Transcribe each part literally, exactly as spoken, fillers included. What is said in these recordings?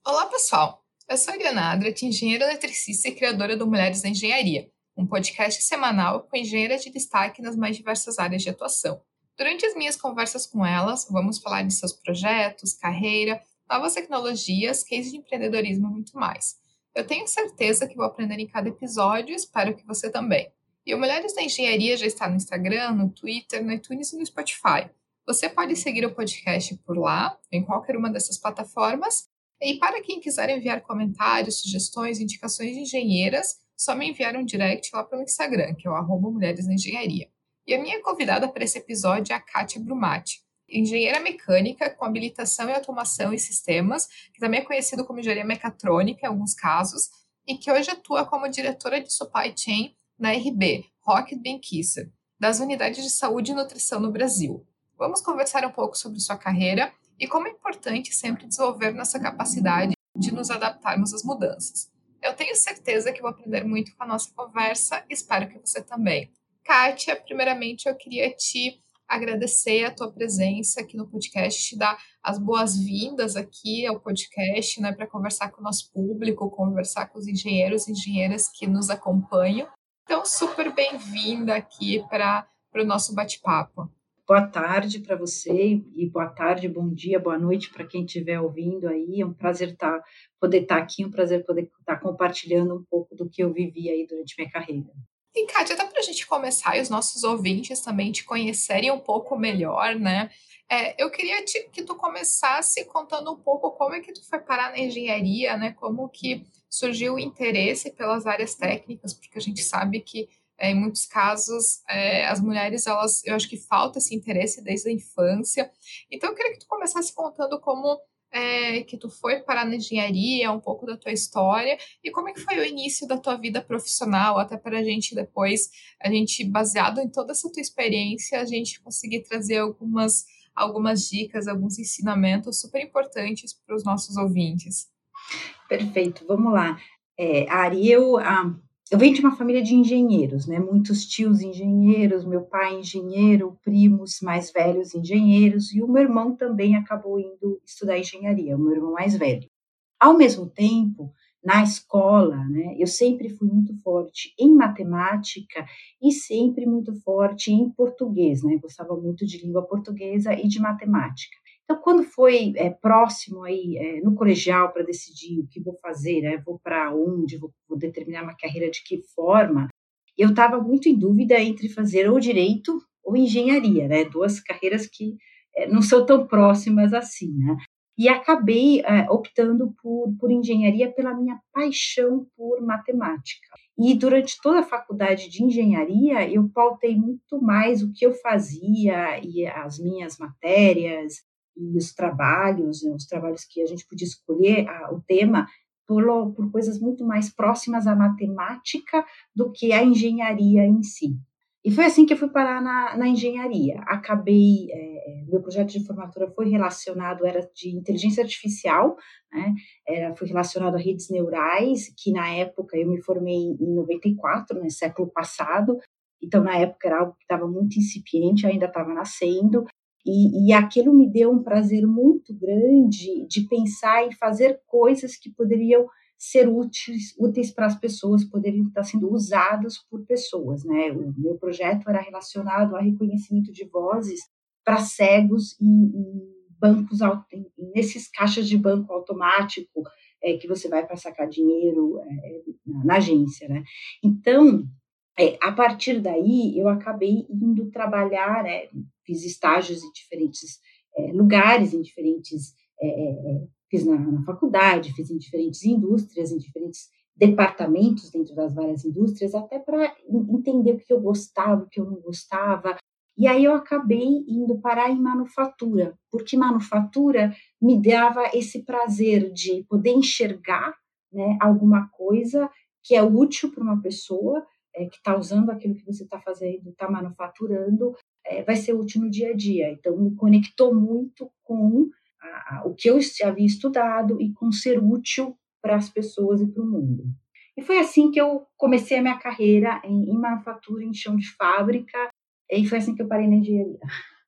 Olá, pessoal! Eu sou a Ariana Adrat, engenheira eletricista e criadora do Mulheres na Engenharia, um podcast semanal com engenheiras de destaque nas mais diversas áreas de atuação. Durante as minhas conversas com elas, vamos falar de seus projetos, carreira, novas tecnologias, cases de empreendedorismo e muito mais. Eu tenho certeza que vou aprender em cada episódio e espero que você também. E o Mulheres na Engenharia já está no Instagram, no Twitter, no iTunes e no Spotify. Você pode seguir o podcast por lá, em qualquer uma dessas plataformas. E para quem quiser enviar comentários, sugestões, indicações de engenheiras, só me enviar um direct lá pelo Instagram, que é o arroba Mulheres na Engenharia. E a minha convidada para esse episódio é a Kátia Brumati, engenheira mecânica com habilitação em automação e sistemas, que também é conhecido como engenharia mecatrônica em alguns casos, e que hoje atua como diretora de supply chain na R B, Rocket Benckiser, das unidades de saúde e nutrição no Brasil. Vamos conversar um pouco sobre sua carreira e como é importante sempre desenvolver nossa capacidade de nos adaptarmos às mudanças. Eu tenho certeza que vou aprender muito com a nossa conversa e espero que você também. Kátia, primeiramente eu queria te agradecer a tua presença aqui no podcast, te dar as boas-vindas aqui ao podcast, né, para conversar com o nosso público, conversar com os engenheiros e engenheiras que nos acompanham. Então, super bem-vinda aqui para o nosso bate-papo. Boa tarde para você e boa tarde, bom dia, boa noite para quem estiver ouvindo aí. É um prazer tá, poder estar tá aqui, um prazer poder estar tá compartilhando um pouco do que eu vivi aí durante minha carreira. E, Kátia, dá para a gente começar e os nossos ouvintes também te conhecerem um pouco melhor, né? É, eu queria te, que tu começasse contando um pouco como é que tu foi parar na engenharia, né? Como que surgiu o interesse pelas áreas técnicas, porque a gente sabe que é, em muitos casos é, as mulheres, elas, eu acho que falta esse interesse desde a infância. Então eu queria que tu começasse contando como é, que tu foi parar na engenharia, um pouco da tua história e como é que foi o início da tua vida profissional, até para a gente depois, a gente, baseado em toda essa tua experiência, a gente conseguir trazer algumas, algumas dicas, alguns ensinamentos super importantes para os nossos ouvintes. Perfeito, vamos lá. É, Ari, eu, a, eu venho de uma família de engenheiros, né? Muitos tios engenheiros, meu pai engenheiro, primos mais velhos engenheiros, e o meu irmão também acabou indo estudar engenharia, o meu irmão mais velho. Ao mesmo tempo, na escola, né, eu sempre fui muito forte em matemática e sempre muito forte em português, né? Gostava muito de língua portuguesa e de matemática. Então, quando foi é, próximo aí, é, no colegial, para decidir o que vou fazer, né, vou para onde, vou, vou determinar uma carreira de que forma, eu estava muito em dúvida entre fazer ou direito ou engenharia, né, duas carreiras que é, não são tão próximas assim, né, e acabei é, optando por, por engenharia pela minha paixão por matemática. E durante toda a faculdade de engenharia, eu pautei muito mais o que eu fazia e as minhas matérias, e os trabalhos, né, os trabalhos que a gente podia escolher a, o tema, por, por coisas muito mais próximas à matemática do que à engenharia em si. E foi assim que eu fui parar na, na engenharia. Acabei, é, meu projeto de formatura foi relacionado, era de inteligência artificial, né? Era, foi relacionado a redes neurais, que na época eu me formei em noventa e quatro, né, século passado, então na época era algo que estava muito incipiente, ainda estava nascendo, e, e aquilo me deu um prazer muito grande de pensar e fazer coisas que poderiam ser úteis, úteis para as pessoas, poderiam estar sendo usadas por pessoas, né? O meu projeto era relacionado a reconhecimento de vozes para cegos em, em bancos, em, nesses caixas de banco automático, é, que você vai para sacar dinheiro é, na, na agência, né? Então, é, a partir daí, eu acabei indo trabalhar, né, fiz estágios em diferentes é, lugares, em diferentes, é, é, fiz na, na faculdade, fiz em diferentes indústrias, em diferentes departamentos dentro das várias indústrias, até para entender o que eu gostava, o que eu não gostava. E aí eu acabei indo parar em manufatura, porque manufatura me dava esse prazer de poder enxergar, né, alguma coisa que é útil para uma pessoa, é, que está usando aquilo que você está fazendo, está manufaturando, é, vai ser útil no dia a dia. Então, me conectou muito com a, a, o que eu já havia estudado e com ser útil para as pessoas e para o mundo. E foi assim que eu comecei a minha carreira em, em manufatura, em chão de fábrica, e foi assim que eu parei na engenharia.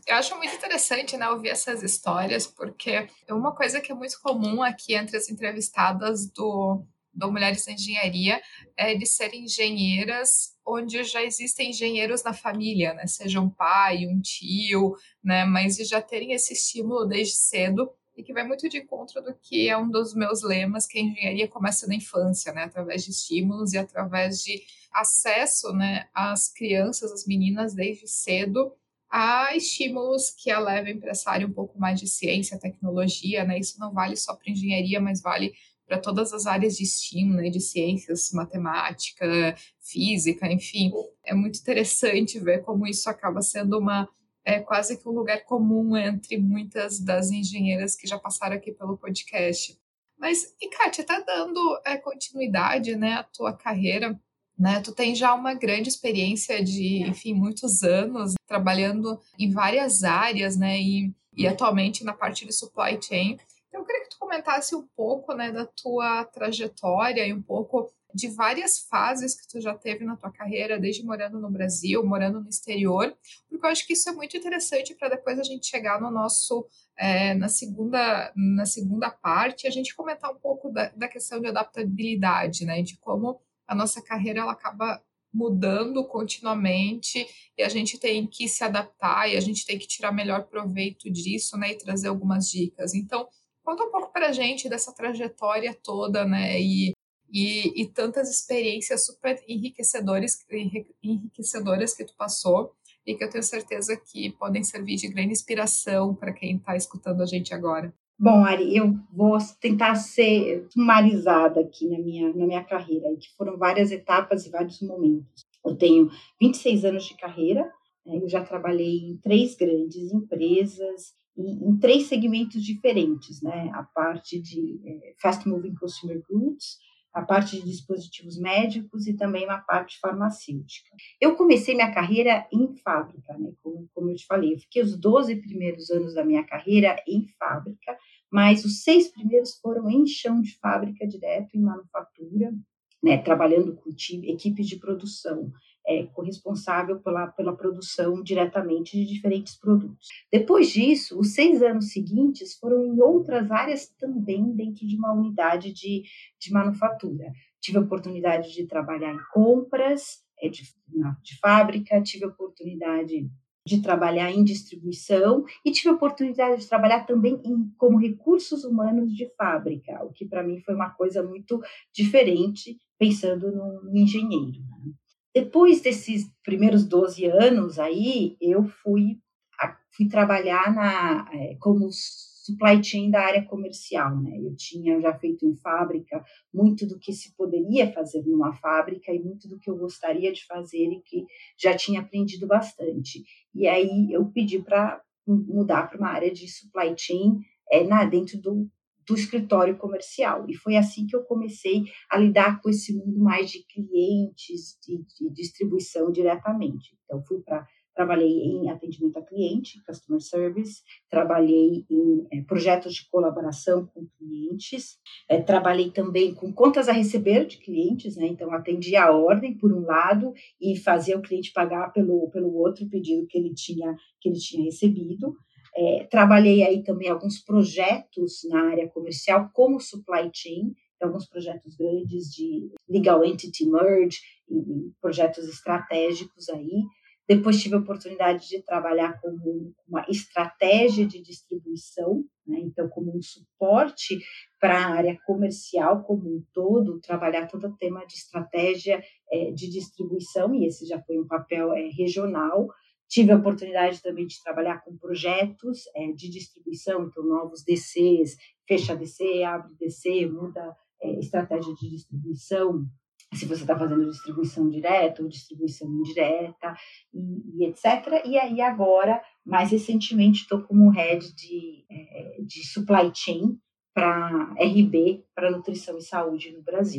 Eu acho muito interessante, né, ouvir essas histórias, porque é uma coisa que é muito comum aqui entre as entrevistadas do, do Mulheres na Engenharia é de serem engenheiras onde já existem engenheiros na família, né, seja um pai, um tio, né, mas de já terem esse estímulo desde cedo e que vai muito de encontro do que é um dos meus lemas, que a engenharia começa na infância, né, através de estímulos e através de acesso, né, às crianças, às meninas desde cedo, a estímulos que a levem para essa área um pouco mais de ciência, tecnologia, né? Isso não vale só para engenharia, mas vale para todas as áreas de STEAM, né? De ciências, matemática, física, enfim. É muito interessante ver como isso acaba sendo uma é quase que um lugar comum entre muitas das engenheiras que já passaram aqui pelo podcast. Mas, e Kátia, tá dando é, continuidade, né, à tua carreira, né? Tu tem já uma grande experiência de, enfim, muitos anos trabalhando em várias áreas, né? E, e atualmente na parte de supply chain. Então, eu queria que tu comentasse um pouco, né, da tua trajetória e um pouco de várias fases que tu já teve na tua carreira, desde morando no Brasil, morando no exterior, porque eu acho que isso é muito interessante para depois a gente chegar no nosso é, na segunda na segunda parte, a gente comentar um pouco da, da questão de adaptabilidade, né, de como a nossa carreira ela acaba mudando continuamente e a gente tem que se adaptar e a gente tem que tirar melhor proveito disso, né, e trazer algumas dicas. Então, conta um pouco para a gente dessa trajetória toda, né, e, e, e tantas experiências super enriquecedoras, enriquecedoras que tu passou e que eu tenho certeza que podem servir de grande inspiração para quem está escutando a gente agora. Bom, Ari, eu vou tentar ser sumarizada aqui na minha, na minha carreira, que foram várias etapas e vários momentos. Eu tenho vinte e seis anos de carreira, né, eu já trabalhei em três grandes empresas, e em três segmentos diferentes, né? A parte de é, fast moving consumer goods, a parte de dispositivos médicos e também uma parte farmacêutica. Eu comecei minha carreira em fábrica, né? Como, como eu te falei, eu fiquei os doze primeiros anos da minha carreira em fábrica, mas os seis primeiros foram em chão de fábrica, direto em manufatura, né? Trabalhando com time, equipes de produção, é, corresponsável pela, pela produção diretamente de diferentes produtos. Depois disso, os seis anos seguintes foram em outras áreas também dentro de uma unidade de, de manufatura. Tive a oportunidade de trabalhar em compras é, de, na, de fábrica, tive a oportunidade de trabalhar em distribuição e tive a oportunidade de trabalhar também em, como recursos humanos de fábrica, o que para mim foi uma coisa muito diferente, pensando no, no engenheiro. Né? Depois desses primeiros doze anos aí, eu fui, fui trabalhar na, é, como supply chain da área comercial, né? Eu tinha já feito em fábrica muito do que se poderia fazer numa fábrica e muito do que eu gostaria de fazer e que já tinha aprendido bastante. E aí eu pedi para mudar para uma área de supply chain é, na, dentro do, do escritório comercial. E foi assim que eu comecei a lidar com esse mundo mais de clientes, de, de distribuição diretamente. Então, fui para trabalhei em atendimento a cliente, customer service, trabalhei em é, projetos de colaboração com clientes, é, trabalhei também com contas a receber de clientes, né? Então, atendia a ordem, por um lado, e fazia o cliente pagar pelo, pelo outro pedido que ele tinha, que ele tinha recebido. É, trabalhei aí também alguns projetos na área comercial, como supply chain, alguns projetos grandes de legal entity merge, e, e projetos estratégicos aí. Depois tive a oportunidade de trabalhar como uma estratégia de distribuição, né? Então, como um suporte para a área comercial como um todo, trabalhar todo o tema de estratégia é, de distribuição, e esse já foi um papel é, regional. Tive a oportunidade também de trabalhar com projetos é, de distribuição, então novos D Cs, fecha D C, abre D C, muda é, estratégia de distribuição, se você está fazendo distribuição direta ou distribuição indireta, e, e etcétera. E aí agora, mais recentemente, estou como head de, é, de supply chain para R B, para nutrição e saúde no Brasil.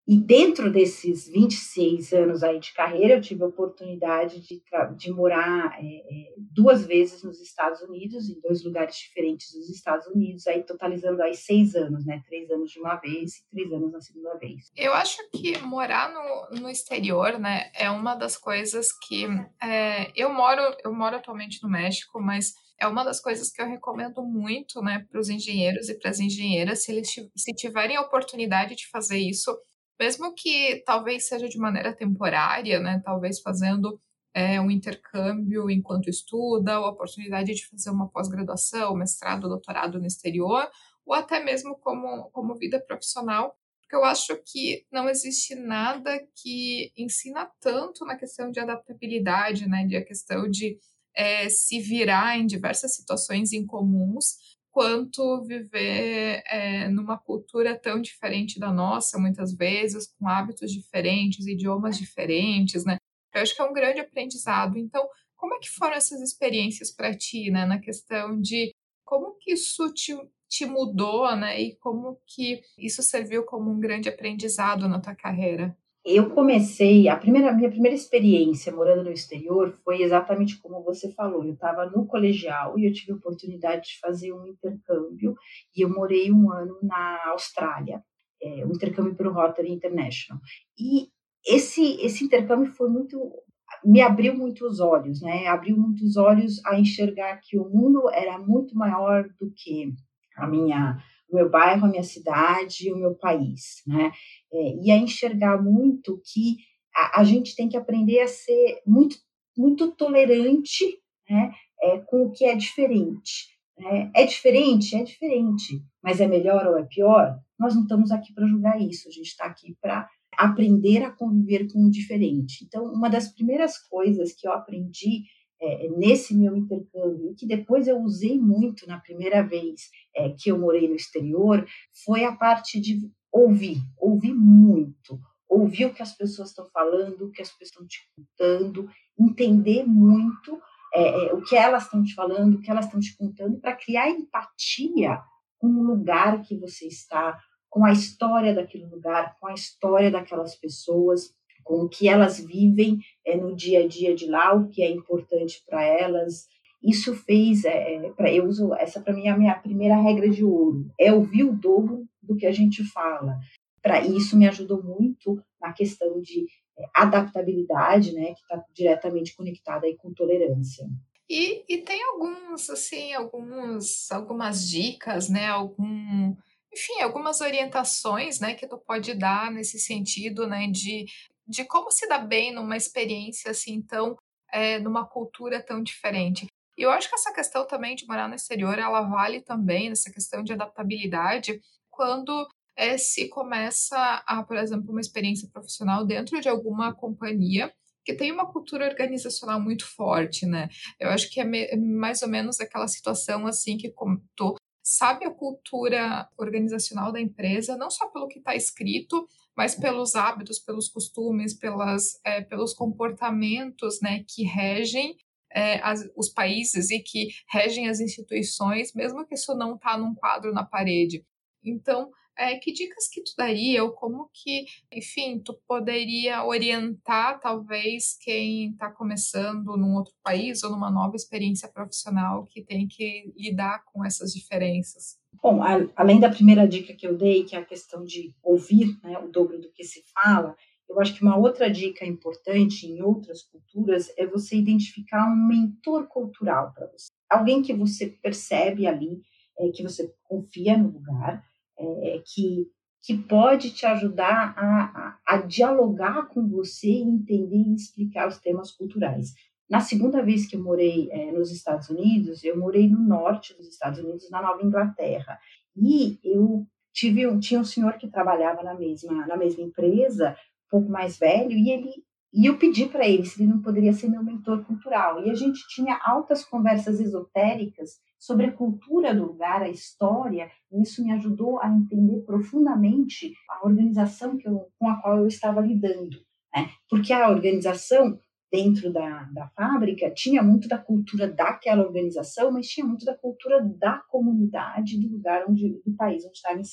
E dentro desses vinte e seis anos aí de carreira, eu tive a oportunidade de, de morar é, é, duas vezes nos Estados Unidos, em dois lugares diferentes dos Estados Unidos, aí totalizando aí seis anos, né? Três anos de uma vez e três anos na segunda vez. Eu acho que morar no, no exterior, né, é uma das coisas que é, eu moro, eu moro atualmente no México, mas é uma das coisas que eu recomendo muito, né, para os engenheiros e para as engenheiras, se eles se tiverem a oportunidade de fazer isso, mesmo que talvez seja de maneira temporária, né, talvez fazendo é, um intercâmbio enquanto estuda, ou a oportunidade de fazer uma pós-graduação, mestrado, doutorado no exterior, ou até mesmo como, como vida profissional, porque eu acho que não existe nada que ensina tanto na questão de adaptabilidade, né, de a questão de é, se virar em diversas situações incomuns, quanto viver é, numa cultura tão diferente da nossa, muitas vezes, com hábitos diferentes, idiomas diferentes, né? Eu acho que é um grande aprendizado. Então, como é que foram essas experiências para ti, né, na questão de como que isso te, te mudou, né, e como que isso serviu como um grande aprendizado na tua carreira? Eu comecei, a primeira, minha primeira experiência morando no exterior foi exatamente como você falou. Eu estava no colegial e eu tive a oportunidade de fazer um intercâmbio e eu morei um ano na Austrália, é, um intercâmbio pelo Rotary International. E esse, esse intercâmbio foi muito, me abriu muito os olhos, né? Abriu muitos olhos a enxergar que o mundo era muito maior do que a minha, o meu bairro, a minha cidade, o meu país, né? É, e a enxergar muito que a, a gente tem que aprender a ser muito, muito tolerante, né, é, com o que é diferente. Né? É diferente? É diferente, mas é melhor ou é pior? Nós não estamos aqui para julgar isso, a gente está aqui para aprender a conviver com o diferente. Então, uma das primeiras coisas que eu aprendi é, nesse meu intercâmbio, e que depois eu usei muito na primeira vez é, que eu morei no exterior, foi a parte de ouvir, ouvir muito, ouvir o que as pessoas estão falando, o que as pessoas estão te contando, entender muito é, é, o que elas estão te falando, o que elas estão te contando, para criar empatia com o lugar que você está, com a história daquele lugar, com a história daquelas pessoas, com o que elas vivem é, no dia a dia de lá, o que é importante para elas. Isso fez, é, pra, eu uso, essa para mim é a minha primeira regra de ouro, é ouvir o dobro do que a gente fala. Para isso me ajudou muito na questão de é, adaptabilidade, né, que está diretamente conectada aí com tolerância. E, e tem alguns, assim, alguns, algumas dicas, né, algum, enfim, algumas orientações, né, que tu pode dar nesse sentido, né, de, de como se dar bem numa experiência assim tão, é, numa cultura tão diferente. E eu acho que essa questão também de morar no exterior, ela vale também nessa questão de adaptabilidade quando é, se começa a, por exemplo, uma experiência profissional dentro de alguma companhia que tem uma cultura organizacional muito forte, né? Eu acho que é me- mais ou menos aquela situação assim que como tu sabe a cultura organizacional da empresa, não só pelo que está escrito, mas pelos hábitos, pelos costumes, pelas, é, pelos comportamentos, né, que regem é, as, os países e que regem as instituições, mesmo que isso não está num quadro na parede. Então, é, que dicas que tu daria ou como que, enfim, tu poderia orientar talvez quem está começando num outro país ou numa nova experiência profissional que tem que lidar com essas diferenças? Bom, a, além da primeira dica que eu dei, que é a questão de ouvir, né, o dobro do que se fala, eu acho que uma outra dica importante em outras culturas é você identificar um mentor cultural para você. Alguém que você percebe ali, é, que você confia no lugar, é, que, que pode te ajudar a, a, a dialogar com você e entender e explicar os temas culturais. Na segunda vez que eu morei é, nos Estados Unidos, eu morei no norte dos Estados Unidos, na Nova Inglaterra. E eu tive um, tinha um senhor que trabalhava na mesma, na mesma empresa, um pouco mais velho, e ele e eu pedi para ele se ele não poderia ser meu mentor cultural. E a gente tinha altas conversas esotéricas sobre a cultura do lugar, a história, e isso me ajudou a entender profundamente a organização que eu, com a qual eu estava lidando. Né? Porque a organização dentro da, da fábrica tinha muito da cultura daquela organização, mas tinha muito da cultura da comunidade do lugar onde, do país onde estava inserido.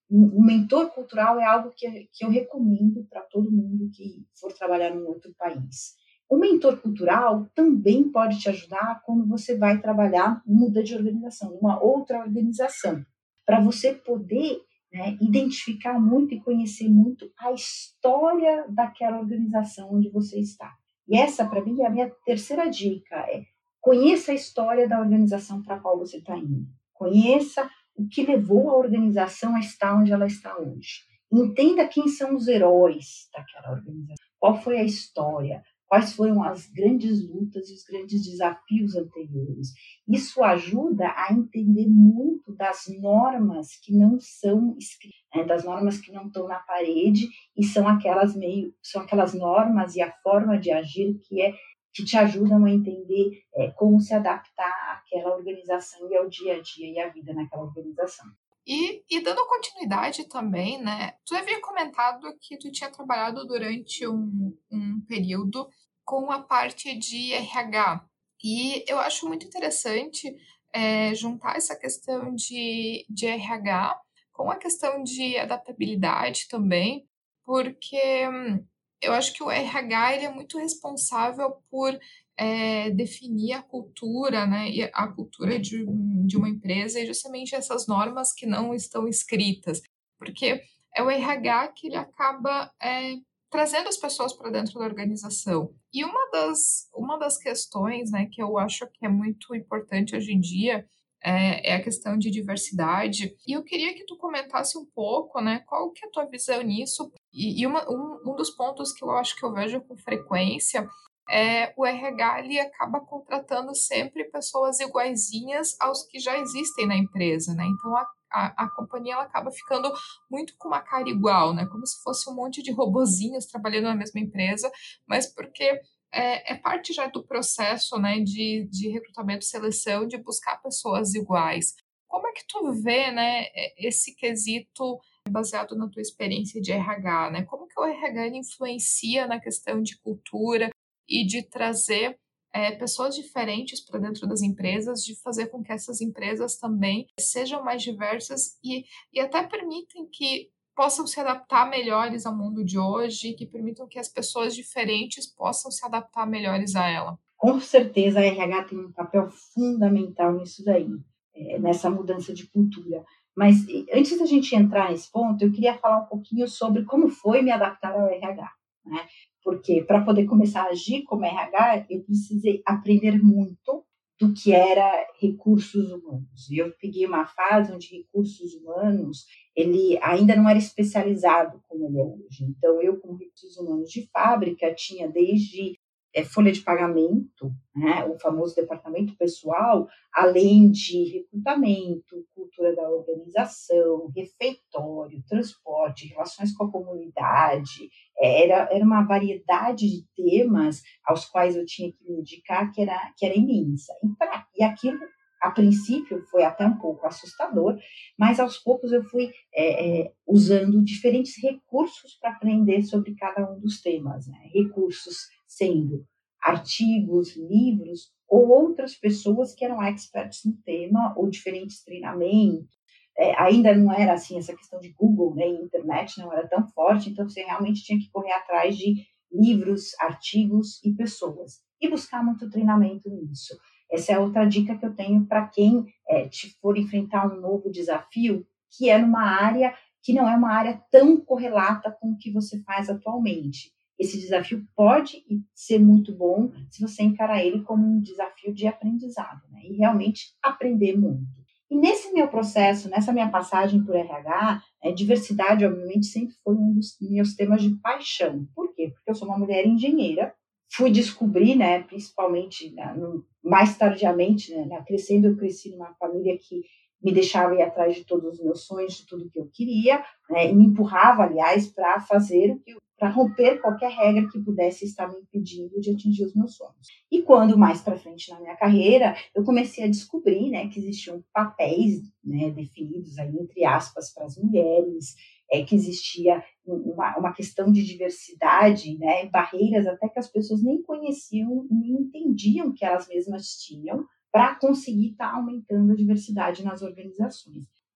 Um, um mentor cultural é algo que, que eu recomendo para todo mundo que for trabalhar num outro país. O mentor cultural também pode te ajudar quando você vai trabalhar, muda de organização, numa outra organização, para você poder, né, identificar muito e conhecer muito a história daquela organização onde você está. E essa, para mim, é a minha terceira dica, é conheça a história da organização para a qual você está indo. Conheça o que levou a organização a estar onde ela está hoje. Entenda quem são os heróis daquela organização. Qual foi a história? Quais foram as grandes lutas e os grandes desafios anteriores? Isso ajuda a entender muito das normas que não são escritas, né, das normas que não estão na parede e são aquelas meio, são aquelas normas e a forma de agir que é que te ajudam a entender é, como se adaptar àquela organização e ao dia a dia e à vida naquela organização. E, e dando continuidade também, né? Tu havia comentado que tu tinha trabalhado durante um, um período com a parte de R H. E eu acho muito interessante é, juntar essa questão de, de R H com a questão de adaptabilidade também, porque hum, eu acho que o R H ele é muito responsável por é, definir a cultura, né, e a cultura de, de uma empresa e justamente essas normas que não estão escritas, porque é o R H que ele acaba é, trazendo as pessoas para dentro da organização. E uma das, uma das questões, né, que eu acho que é muito importante hoje em dia é, é a questão de diversidade. E eu queria que tu comentasse um pouco, né, qual que é a tua visão nisso. E, e uma, um, um dos pontos que eu acho que eu vejo com frequência é, o R H ele acaba contratando sempre pessoas iguaizinhas aos que já existem na empresa, né? Então a, a, a companhia ela acaba ficando muito com uma cara igual, né? Como se fosse um monte de robozinhos trabalhando na mesma empresa, mas porque é, é parte já do processo, né, de, de recrutamento e seleção de buscar pessoas iguais. Como é que tu vê, né, esse quesito baseado na tua experiência de R H, né? Como que o R H ele influencia na questão de cultura e de trazer é, pessoas diferentes para dentro das empresas, de fazer com que essas empresas também sejam mais diversas e, e até permitem que possam se adaptar melhores ao mundo de hoje, que permitam que as pessoas diferentes possam se adaptar melhores a ela. Com certeza a R H tem um papel fundamental nisso daí, é, nessa mudança de cultura. Mas antes da gente entrar nesse ponto, eu queria falar um pouquinho sobre como foi me adaptar ao R H, né? Porque para poder começar a agir como R H, eu precisei aprender muito do que era recursos humanos. Eu peguei uma fase onde recursos humanos ele ainda não era especializado como ele é hoje. Então, eu, como recursos humanos de fábrica, tinha desde é, folha de pagamento, né, o famoso departamento pessoal, além de recrutamento, cultura da organização, refeitório, transporte, relações com a comunidade. Era, era uma variedade de temas aos quais eu tinha que me dedicar que era, que era imensa. E, pra, e aquilo, a princípio, foi até um pouco assustador, mas aos poucos eu fui é, é, usando diferentes recursos para aprender sobre cada um dos temas, né? Recursos sendo artigos, livros ou outras pessoas que eram experts no tema ou diferentes treinamentos. É, ainda não era assim essa questão de Google, né, e internet não era tão forte, então você realmente tinha que correr atrás de livros, artigos e pessoas e buscar muito treinamento nisso. Essa é outra dica que eu tenho para quem é, te for enfrentar um novo desafio, que é numa área que não é uma área tão correlata com o que você faz atualmente. Esse desafio pode ser muito bom se você encarar ele como um desafio de aprendizado, né? E realmente aprender muito. E nesse meu processo, nessa minha passagem por R H, é, diversidade, obviamente, sempre foi um dos meus temas de paixão. Por quê? Porque eu sou uma mulher engenheira, fui descobrir, né, principalmente né, no, mais tardiamente, né, crescendo, eu cresci numa família que me deixava ir atrás de todos os meus sonhos, de tudo que eu queria, né, e me empurrava, aliás, para fazer o que eu para romper qualquer regra que pudesse estar me impedindo de atingir os meus sonhos. E quando, mais para frente na minha carreira, eu comecei a descobrir, né, que existiam papéis, né, definidos aí, entre aspas, para as mulheres, é, que existia uma, uma questão de diversidade, né, barreiras até que as pessoas nem conheciam, nem entendiam que elas mesmas tinham, para conseguir estar tá aumentando a diversidade nas organizações. O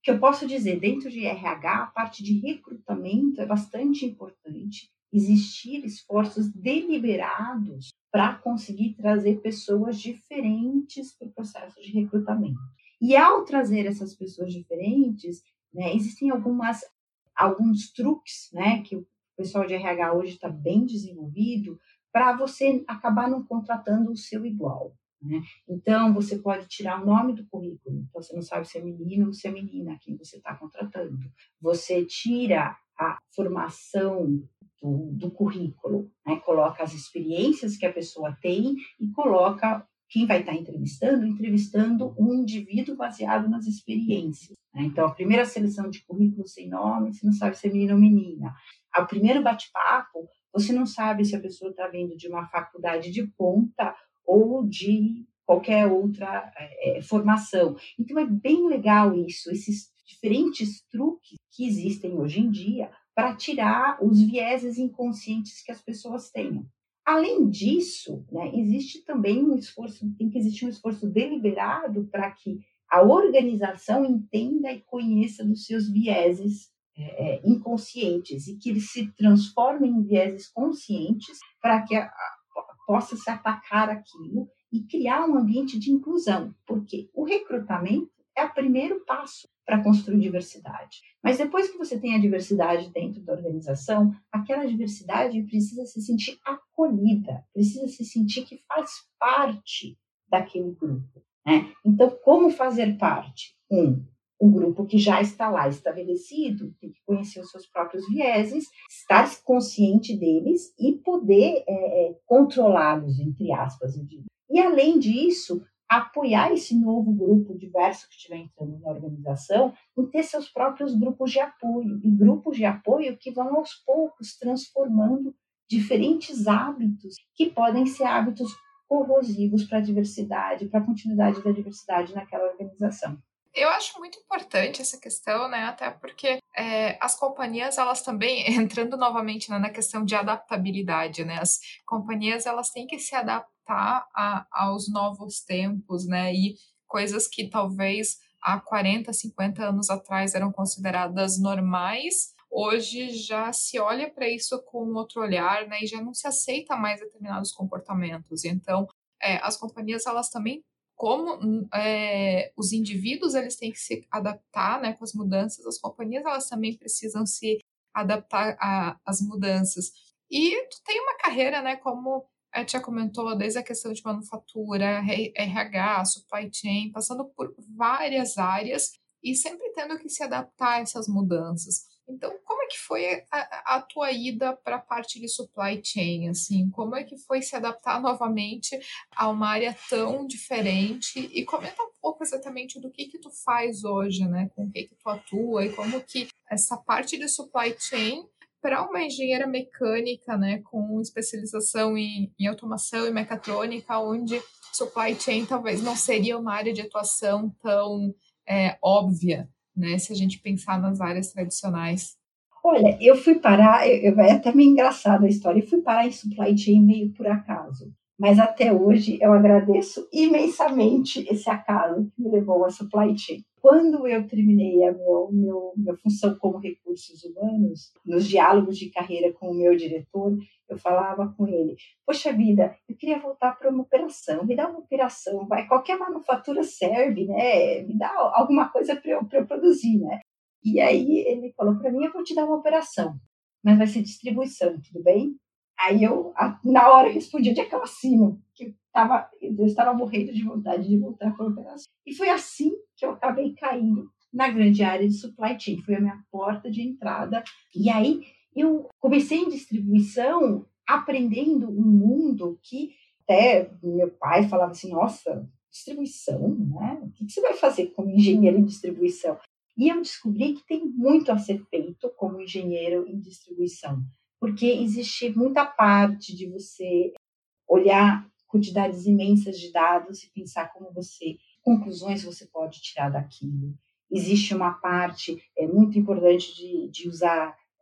que eu posso dizer, dentro de R H, a parte de recrutamento é bastante importante. Existir esforços deliberados para conseguir trazer pessoas diferentes para o processo de recrutamento. E ao trazer essas pessoas diferentes, né, existem algumas, alguns truques, né, que o pessoal de R H hoje está bem desenvolvido para você acabar não contratando o seu igual. Né? Então, você pode tirar o nome do currículo, então você não sabe se é menino ou se é menina quem você está contratando. Você tira a formação do, do currículo, né? Coloca as experiências que a pessoa tem e coloca quem vai estar entrevistando, entrevistando um indivíduo baseado nas experiências. Né? Então, a primeira seleção de currículo sem nome, você não sabe se é menino ou menina. Ao primeiro bate-papo, você não sabe se a pessoa está vindo de uma faculdade de ponta ou de qualquer outra é, formação. Então, é bem legal isso, esses diferentes truques que existem hoje em dia para tirar os vieses inconscientes que as pessoas tenham. Além disso, né, existe também um esforço, tem que existir um esforço deliberado para que a organização entenda e conheça dos seus vieses é, inconscientes e que eles se transformem em vieses conscientes para que a, a, possa se atacar aquilo e criar um ambiente de inclusão, porque o recrutamento é o primeiro passo para construir diversidade. Mas depois que você tem a diversidade dentro da organização, aquela diversidade precisa se sentir acolhida, precisa se sentir que faz parte daquele grupo. Né? Então, como fazer parte? Um, o grupo que já está lá estabelecido tem que conhecer os seus próprios vieses, estar consciente deles e poder é, controlá-los, entre aspas. E, além disso, apoiar esse novo grupo diverso que estiver entrando na organização e ter seus próprios grupos de apoio. E grupos de apoio que vão, aos poucos, transformando diferentes hábitos que podem ser hábitos corrosivos para a diversidade, para a continuidade da diversidade naquela organização. Eu acho muito importante essa questão, né? Até porque é, as companhias, elas também, entrando novamente, né, na questão de adaptabilidade, né? As companhias, elas têm que se adaptar a, aos novos tempos, né? E coisas que talvez há quarenta, cinquenta anos atrás eram consideradas normais, hoje já se olha para isso com outro olhar, né? E já não se aceita mais determinados comportamentos. Então, é, as companhias, elas também, como é, os indivíduos eles têm que se adaptar, né, com as mudanças, as companhias elas também precisam se adaptar às mudanças. E tu tem uma carreira, né, como a tia comentou, desde a questão de manufatura, R H, supply chain, passando por várias áreas e sempre tendo que se adaptar a essas mudanças. Então, como é que foi a, a tua ida para a parte de supply chain, assim? Como é que foi se adaptar novamente a uma área tão diferente? E comenta um pouco exatamente do que que tu faz hoje, né? Com o que que tu atua e como que essa parte de supply chain para uma engenheira mecânica, né, com especialização em, em automação e mecatrônica, onde supply chain talvez não seria uma área de atuação tão é, óbvia, né, se a gente pensar nas áreas tradicionais. Olha, eu fui parar, eu, eu, é até meio engraçada a história, eu fui parar em supply chain meio por acaso, mas até hoje eu agradeço imensamente esse acaso que me levou a supply chain. Quando eu terminei a meu, meu, minha função como recursos humanos, nos diálogos de carreira com o meu diretor, eu falava com ele, poxa vida, eu queria voltar para uma operação, me dá uma operação, vai, qualquer manufatura serve, né? Me dá alguma coisa para eu, eu produzir, né? E aí ele falou para mim, eu vou te dar uma operação, mas vai ser distribuição, tudo bem? Aí eu, na hora, respondi, onde é que eu assino? Que eu, tava, eu estava morrendo de vontade de voltar para a operação. E foi assim que eu acabei caindo na grande área de supply chain. Foi a minha porta de entrada. E aí eu comecei em distribuição, aprendendo um mundo que até meu pai falava assim, nossa, distribuição, né? O que você vai fazer como engenheiro em distribuição? E eu descobri que tem muito a ser feito como engenheiro em distribuição, porque existe muita parte de você olhar quantidades imensas de dados e pensar como você, conclusões você pode tirar daquilo. Existe uma parte é, muito importante de, de usar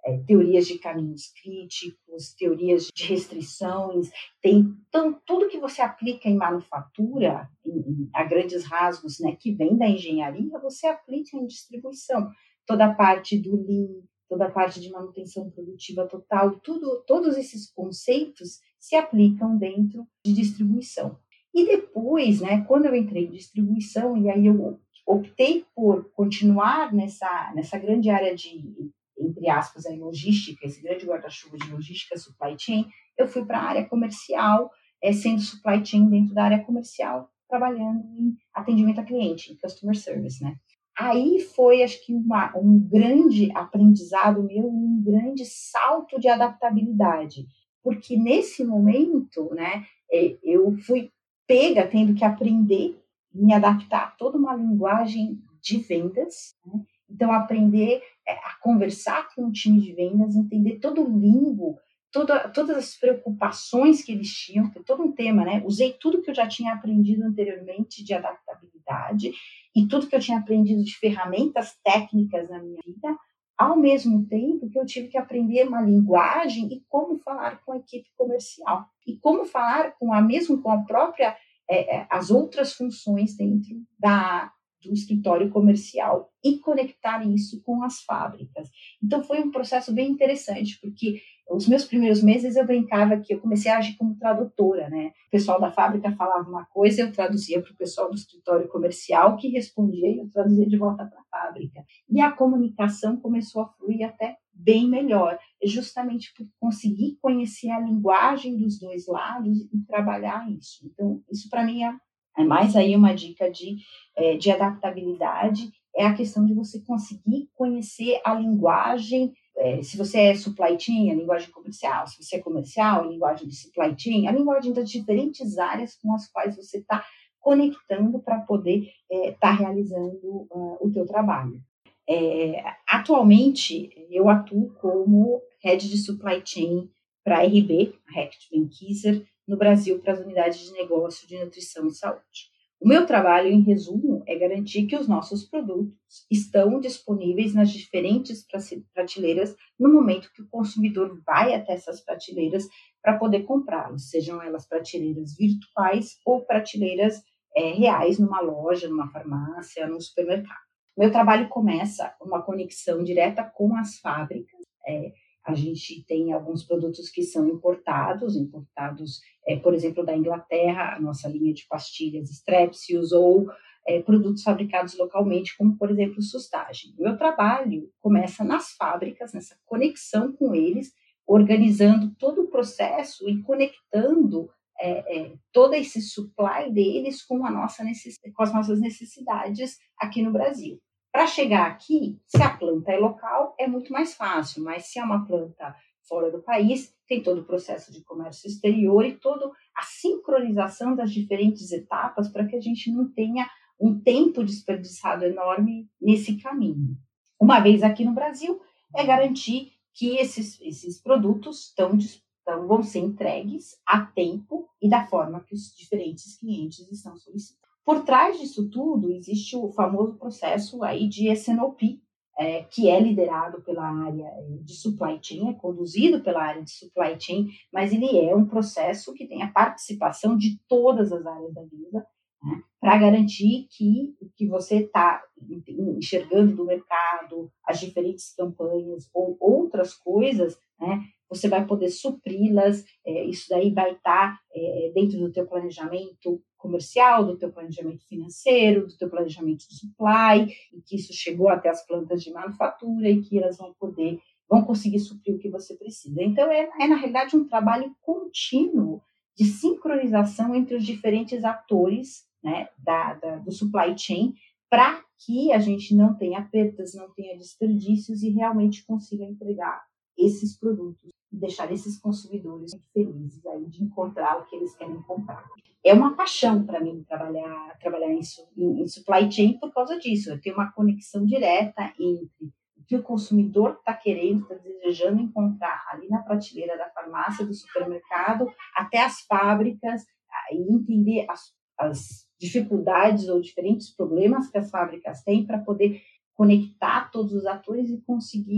é, teorias de caminhos críticos, teorias de restrições, tem então, tudo que você aplica em manufatura, em, em, a grandes rasgos, né, que vem da engenharia, você aplica em distribuição. Toda a parte do Lean, toda a parte de manutenção produtiva total, tudo, todos esses conceitos se aplicam dentro de distribuição. E depois, né, quando eu entrei em distribuição, e aí eu optei por continuar nessa, nessa grande área de, entre aspas, aí, logística, esse grande guarda-chuva de logística, supply chain, eu fui para a área comercial, é, sendo supply chain dentro da área comercial, trabalhando em atendimento a cliente, em customer service, né? Aí foi, acho que, uma, um grande aprendizado meu e um grande salto de adaptabilidade, porque nesse momento, né, eu fui pega tendo que aprender, me adaptar a toda uma linguagem de vendas, né? Então, aprender a conversar com o time de vendas, entender todo o lingo, toda, todas as preocupações que eles tinham, que é todo um tema, né? Usei tudo que eu já tinha aprendido anteriormente de adaptabilidade e tudo que eu tinha aprendido de ferramentas técnicas na minha vida, ao mesmo tempo que eu tive que aprender uma linguagem e como falar com a equipe comercial. E como falar com a mesmo com a própria, é, as outras funções dentro da, do escritório comercial e conectar isso com as fábricas. Então, foi um processo bem interessante, porque os meus primeiros meses eu brincava que eu comecei a agir como tradutora, né? O pessoal da fábrica falava uma coisa, eu traduzia para o pessoal do escritório comercial, que respondia e eu traduzia de volta para a fábrica. E a comunicação começou a fluir até bem melhor, justamente por conseguir conhecer a linguagem dos dois lados e trabalhar isso. Então, isso para mim é, é mais aí uma dica de, é, de adaptabilidade, é a questão de você conseguir conhecer a linguagem. É, se você é supply chain, a linguagem comercial; se você é comercial, a linguagem de supply chain, a linguagem das diferentes áreas com as quais você está conectando para poder estar é, tá realizando uh, o teu trabalho. É, atualmente, eu atuo como Head de Supply Chain para a R B, a Reckitt Benckiser, no Brasil, para as unidades de negócio de nutrição e saúde. O meu trabalho, em resumo, é garantir que os nossos produtos estão disponíveis nas diferentes prateleiras no momento que o consumidor vai até essas prateleiras para poder comprá-los, sejam elas prateleiras virtuais ou prateleiras é, reais numa loja, numa farmácia, num supermercado. Meu trabalho começa com uma conexão direta com as fábricas. É, a gente tem alguns produtos que são importados, importados, é, por exemplo, da Inglaterra, a nossa linha de pastilhas Strepsils, ou é, produtos fabricados localmente, como, por exemplo, Sustagem. O meu trabalho começa nas fábricas, nessa conexão com eles, organizando todo o processo e conectando é, é, todo esse supply deles com, a nossa necess... com as nossas necessidades aqui no Brasil. Para chegar aqui, se a planta é local, é muito mais fácil, mas se é uma planta fora do país, tem todo o processo de comércio exterior e toda a sincronização das diferentes etapas para que a gente não tenha um tempo desperdiçado enorme nesse caminho. Uma vez aqui no Brasil, é garantir que esses, esses produtos estão, estão, vão ser entregues a tempo e da forma que os diferentes clientes estão solicitando. Por trás disso tudo, existe o famoso processo aí de S N O P, é, que é liderado pela área de supply chain, é conduzido pela área de supply chain, mas ele é um processo que tem a participação de todas as áreas da vida, né, para garantir que o que você está enxergando do mercado, as diferentes campanhas ou outras coisas, né, você vai poder supri-las, é, isso daí vai estar é, dentro do teu planejamento comercial, do teu planejamento financeiro, do teu planejamento de supply, e que isso chegou até as plantas de manufatura e que elas vão poder, vão conseguir suprir o que você precisa. Então, é, é na realidade um trabalho contínuo de sincronização entre os diferentes atores, né, da, da, do supply chain, para que a gente não tenha perdas, não tenha desperdícios e realmente consiga entregar esses produtos e deixar esses consumidores muito felizes aí de encontrar o que eles querem comprar. É uma paixão para mim trabalhar, trabalhar em, em, em supply chain por causa disso. Eu tenho uma conexão direta entre o que o consumidor está querendo, está desejando encontrar ali na prateleira da farmácia, do supermercado, até as fábricas, e entender as, as dificuldades ou diferentes problemas que as fábricas têm para poder conectar todos os atores e conseguir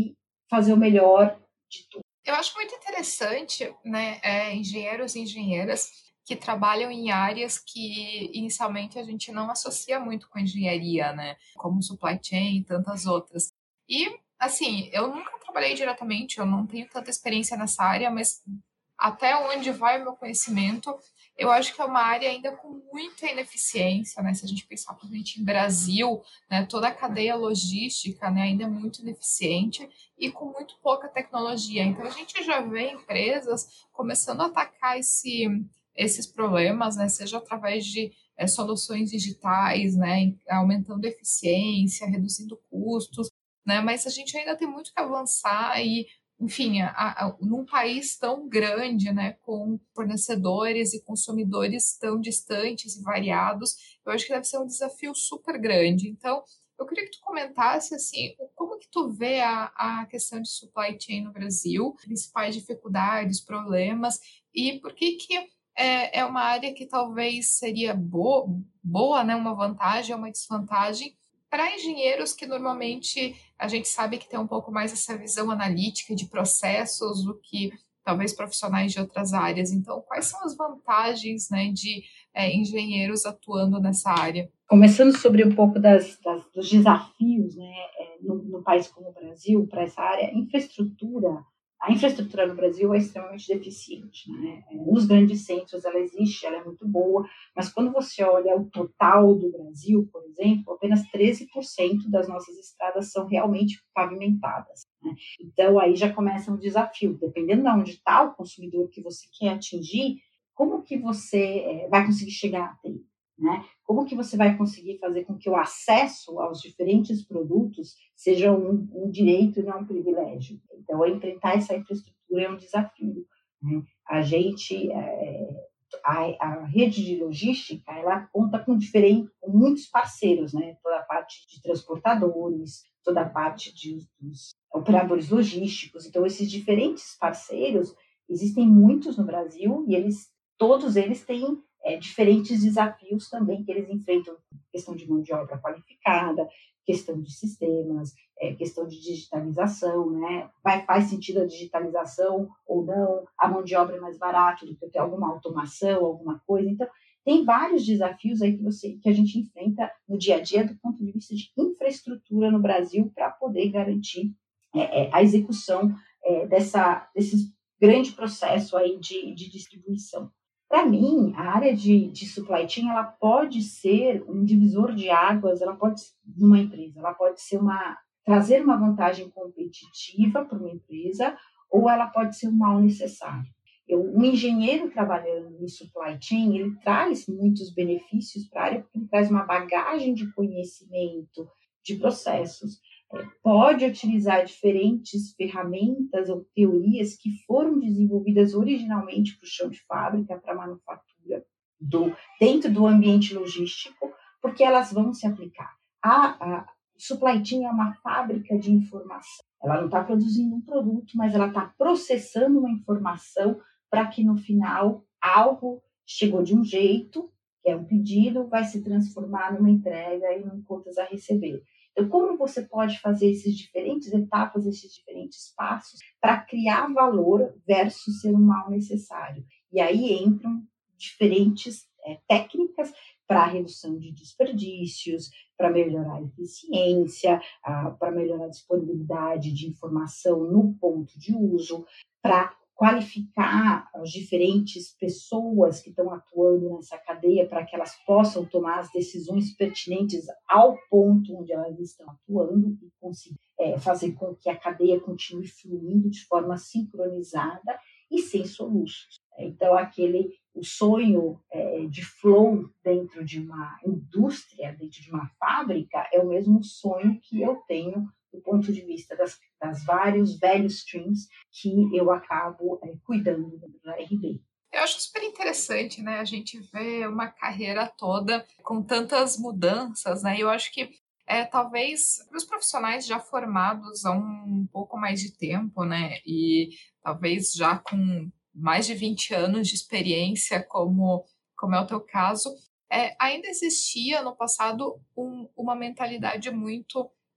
fazer o melhor de tudo. Eu acho muito interessante, né, é, engenheiros e engenheiras que trabalham em áreas que inicialmente a gente não associa muito com engenharia, né, como supply chain e tantas outras. E, assim, eu nunca trabalhei diretamente, eu não tenho tanta experiência nessa área, mas até onde vai o meu conhecimento, eu acho que é uma área ainda com muita ineficiência, né? Se a gente pensar, principalmente em Brasil, né, toda a cadeia logística, né, ainda é muito ineficiente e com muito pouca tecnologia. Então, a gente já vê empresas começando a atacar esse, esses problemas, né, seja através de é, soluções digitais, né, aumentando a eficiência, reduzindo custos, né, mas a gente ainda tem muito que avançar e enfim, a, a, num país tão grande, né, com fornecedores e consumidores tão distantes e variados, eu acho que deve ser um desafio super grande. Então, eu queria que tu comentasse, assim, como que tu vê a, a questão de supply chain no Brasil, principais dificuldades, problemas, e por que que é, é uma área que talvez seria boa, boa, né, uma vantagem ou uma desvantagem para engenheiros que normalmente a gente sabe que tem um pouco mais essa visão analítica de processos do que talvez profissionais de outras áreas. Então, quais são as vantagens, né, de é, engenheiros atuando nessa área? Começando sobre um pouco das, das, dos desafios, né, no, no país como o Brasil, para essa área, infraestrutura, a infraestrutura no Brasil é extremamente deficiente, né? Nos grandes centros ela existe, ela é muito boa, mas quando você olha o total do Brasil, por exemplo, apenas treze por cento das nossas estradas são realmente pavimentadas, né? Então aí já começa um desafio, dependendo de onde está o consumidor que você quer atingir, como que você é, vai conseguir chegar até ele? Né? Como que você vai conseguir fazer com que o acesso aos diferentes produtos seja um, um direito e não um privilégio? Então, enfrentar essa infraestrutura é um desafio, né? A gente, é, a, a rede de logística, ela conta com, diferentes, com muitos parceiros, né? Toda a parte de transportadores, toda a parte de, dos operadores logísticos. Então, esses diferentes parceiros, existem muitos no Brasil e eles, todos eles têm É, diferentes desafios também que eles enfrentam, questão de mão de obra qualificada, questão de sistemas, é, questão de digitalização, né? Vai, faz sentido a digitalização ou não? A mão de obra é mais barata do que ter alguma automação, alguma coisa. Então, tem vários desafios aí que, você, que a gente enfrenta no dia a dia do ponto de vista de infraestrutura no Brasil para poder garantir é, é, a execução é, dessa, desse grande processo aí de, de distribuição. Para mim, a área de, de supply chain, ela pode ser um divisor de águas, ela pode ser numa empresa, ela pode ser uma, trazer uma vantagem competitiva para uma empresa, ou ela pode ser um mal necessário. Eu, um engenheiro trabalhando em supply chain, ele traz muitos benefícios para a área, porque ele traz uma bagagem de conhecimento, de processos, pode utilizar diferentes ferramentas ou teorias que foram desenvolvidas originalmente para o chão de fábrica, para a manufatura, do, dentro do ambiente logístico, porque elas vão se aplicar. A, a supply chain é uma fábrica de informação. Ela não está produzindo um produto, mas ela está processando uma informação para que no final algo chegou de um jeito, que é um pedido, vai se transformar numa entrega e em contas a receber. Então, como você pode fazer essas diferentes etapas, esses diferentes passos para criar valor versus ser um mal necessário? E aí entram diferentes é, técnicas para a redução de desperdícios, para melhorar a eficiência, para melhorar a disponibilidade de informação no ponto de uso, para qualificar as diferentes pessoas que estão atuando nessa cadeia para que elas possam tomar as decisões pertinentes ao ponto onde elas estão atuando e conseguir é, fazer com que a cadeia continue fluindo de forma sincronizada e sem soluços. Então, aquele, o sonho é, de flow dentro de uma indústria, dentro de uma fábrica, é o mesmo sonho que eu tenho do ponto de vista das, das vários value streams que eu acabo é, cuidando da R B. Eu acho super interessante, né? A gente vê uma carreira toda com tantas mudanças, né? Eu acho que é, talvez para os profissionais já formados há um pouco mais de tempo, né? E talvez já com mais de vinte anos de experiência, como, como é o teu caso, é, ainda existia no passado um, uma mentalidade muito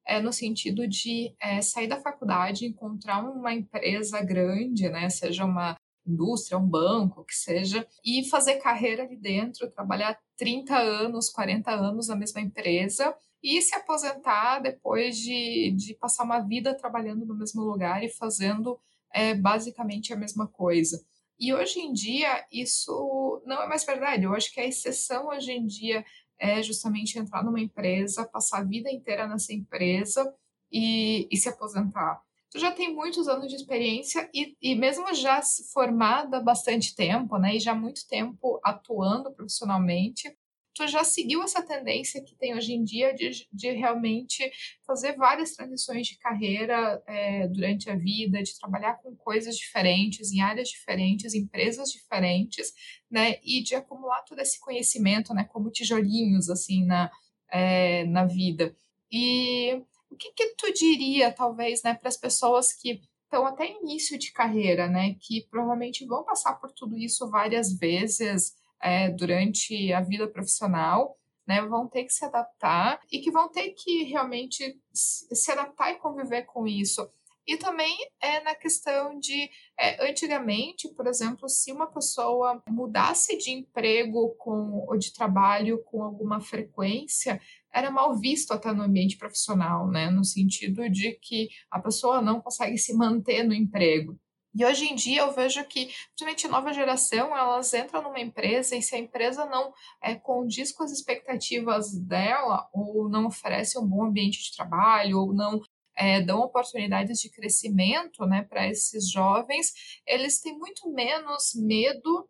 é, no sentido de é, sair da faculdade, encontrar uma empresa grande, né, seja uma indústria, um banco, que seja, e fazer carreira ali dentro, trabalhar trinta anos, quarenta anos na mesma empresa e se aposentar depois de, de passar uma vida trabalhando no mesmo lugar e fazendo é, basicamente a mesma coisa. E hoje em dia isso não é mais verdade. Eu acho que a exceção hoje em dia é justamente entrar numa empresa, passar a vida inteira nessa empresa e, e se aposentar. Tu já tem muitos anos de experiência e, e mesmo já formada há bastante tempo, né, e já há muito tempo atuando profissionalmente, tu já seguiu essa tendência que tem hoje em dia de, de realmente fazer várias transições de carreira é, durante a vida, de trabalhar com coisas diferentes, em áreas diferentes, empresas diferentes, né, e de acumular todo esse conhecimento, né, como tijolinhos, assim, na, é, na vida. E o que que tu diria, talvez, né, para as pessoas que estão até início de carreira, né, que provavelmente vão passar por tudo isso várias vezes é, durante a vida profissional, né, vão ter que se adaptar e que vão ter que realmente se adaptar e conviver com isso. E também é na questão de, é, antigamente, por exemplo, se uma pessoa mudasse de emprego com, ou de trabalho com alguma frequência, era mal visto até no ambiente profissional, né? No sentido de que a pessoa não consegue se manter no emprego. E hoje em dia eu vejo que, principalmente a nova geração, elas entram numa empresa e se a empresa não é, condiz com as expectativas dela, ou não oferece um bom ambiente de trabalho, ou não é, dão oportunidades de crescimento, né, para esses jovens, eles têm muito menos medo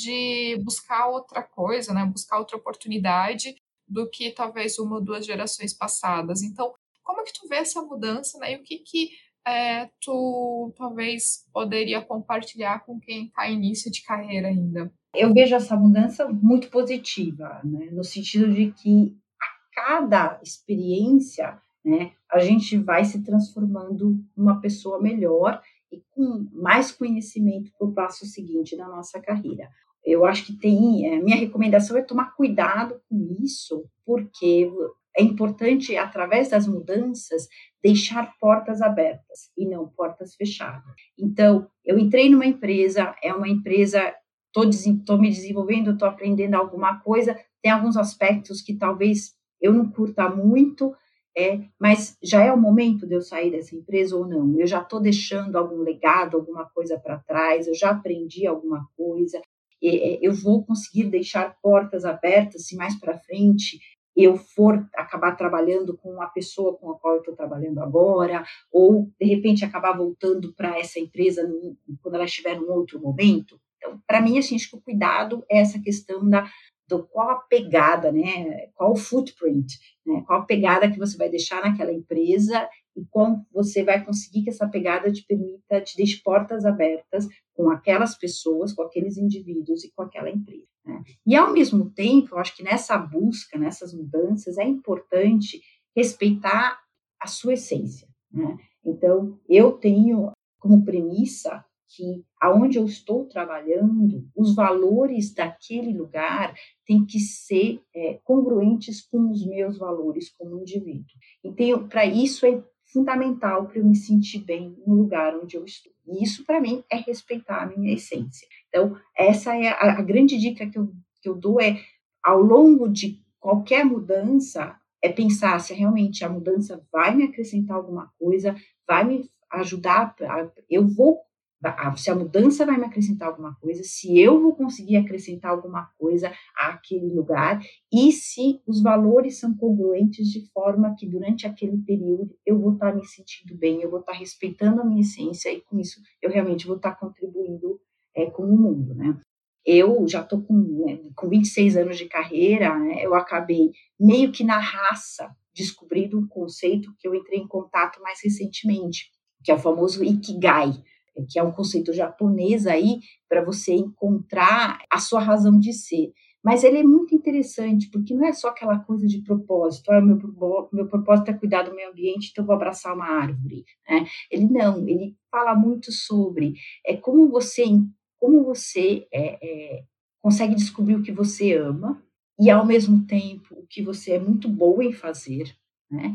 de buscar outra coisa, né, buscar outra oportunidade do que talvez uma ou duas gerações passadas. Então, como é que tu vê essa mudança, né? E o que que é, tu talvez poderia compartilhar com quem está em início de carreira ainda? Eu vejo essa mudança muito positiva, né? No sentido de que a cada experiência, né, a gente vai se transformando numa pessoa melhor e com mais conhecimento para o passo seguinte da nossa carreira. Eu acho que tem, é, minha recomendação é tomar cuidado com isso, porque é importante, através das mudanças, deixar portas abertas e não portas fechadas. Então, eu entrei numa empresa, é uma empresa, estou me desenvolvendo, estou aprendendo alguma coisa, tem alguns aspectos que talvez eu não curta muito, é, mas já é o momento de eu sair dessa empresa ou não? Eu já estou deixando algum legado, alguma coisa para trás, eu já aprendi alguma coisa, eu vou conseguir deixar portas abertas se mais para frente eu for acabar trabalhando com a pessoa com a qual eu estou trabalhando agora, ou, de repente, acabar voltando para essa empresa no, quando ela estiver num outro momento. Então, para mim, assim, acho que o cuidado é essa questão da do qual a pegada, né, qual o footprint, né, qual a pegada que você vai deixar naquela empresa e como você vai conseguir que essa pegada te permita, te deixe portas abertas com aquelas pessoas, com aqueles indivíduos e com aquela empresa. Né? E, ao mesmo tempo, eu acho que nessa busca, nessas mudanças, é importante respeitar a sua essência. Né? Então, eu tenho como premissa que aonde eu estou trabalhando, os valores daquele lugar têm que ser é, congruentes com os meus valores como indivíduo. Então, para isso é fundamental para eu me sentir bem no lugar onde eu estou. E isso, para mim, é respeitar a minha essência. Então, essa é a, a grande dica que eu, que eu dou, é, ao longo de qualquer mudança, é pensar se realmente a mudança vai me acrescentar alguma coisa, vai me ajudar, a, eu vou se a mudança vai me acrescentar alguma coisa, se eu vou conseguir acrescentar alguma coisa àquele lugar e se os valores são congruentes de forma que durante aquele período eu vou estar me sentindo bem, eu vou estar respeitando a minha essência e com isso eu realmente vou estar contribuindo é, com o mundo, né? Eu já estou com, né, com vinte e seis anos de carreira, né, eu acabei meio que na raça descobrindo um conceito que eu entrei em contato mais recentemente, que é o famoso Ikigai, que é um conceito japonês aí, para você encontrar a sua razão de ser. Mas ele é muito interessante, porque não é só aquela coisa de propósito, ah, meu, meu propósito é cuidar do meio ambiente, então vou abraçar uma árvore. Né? Ele não, ele fala muito sobre é, como você, como você é, é, consegue descobrir o que você ama, e ao mesmo tempo o que você é muito bom em fazer, né?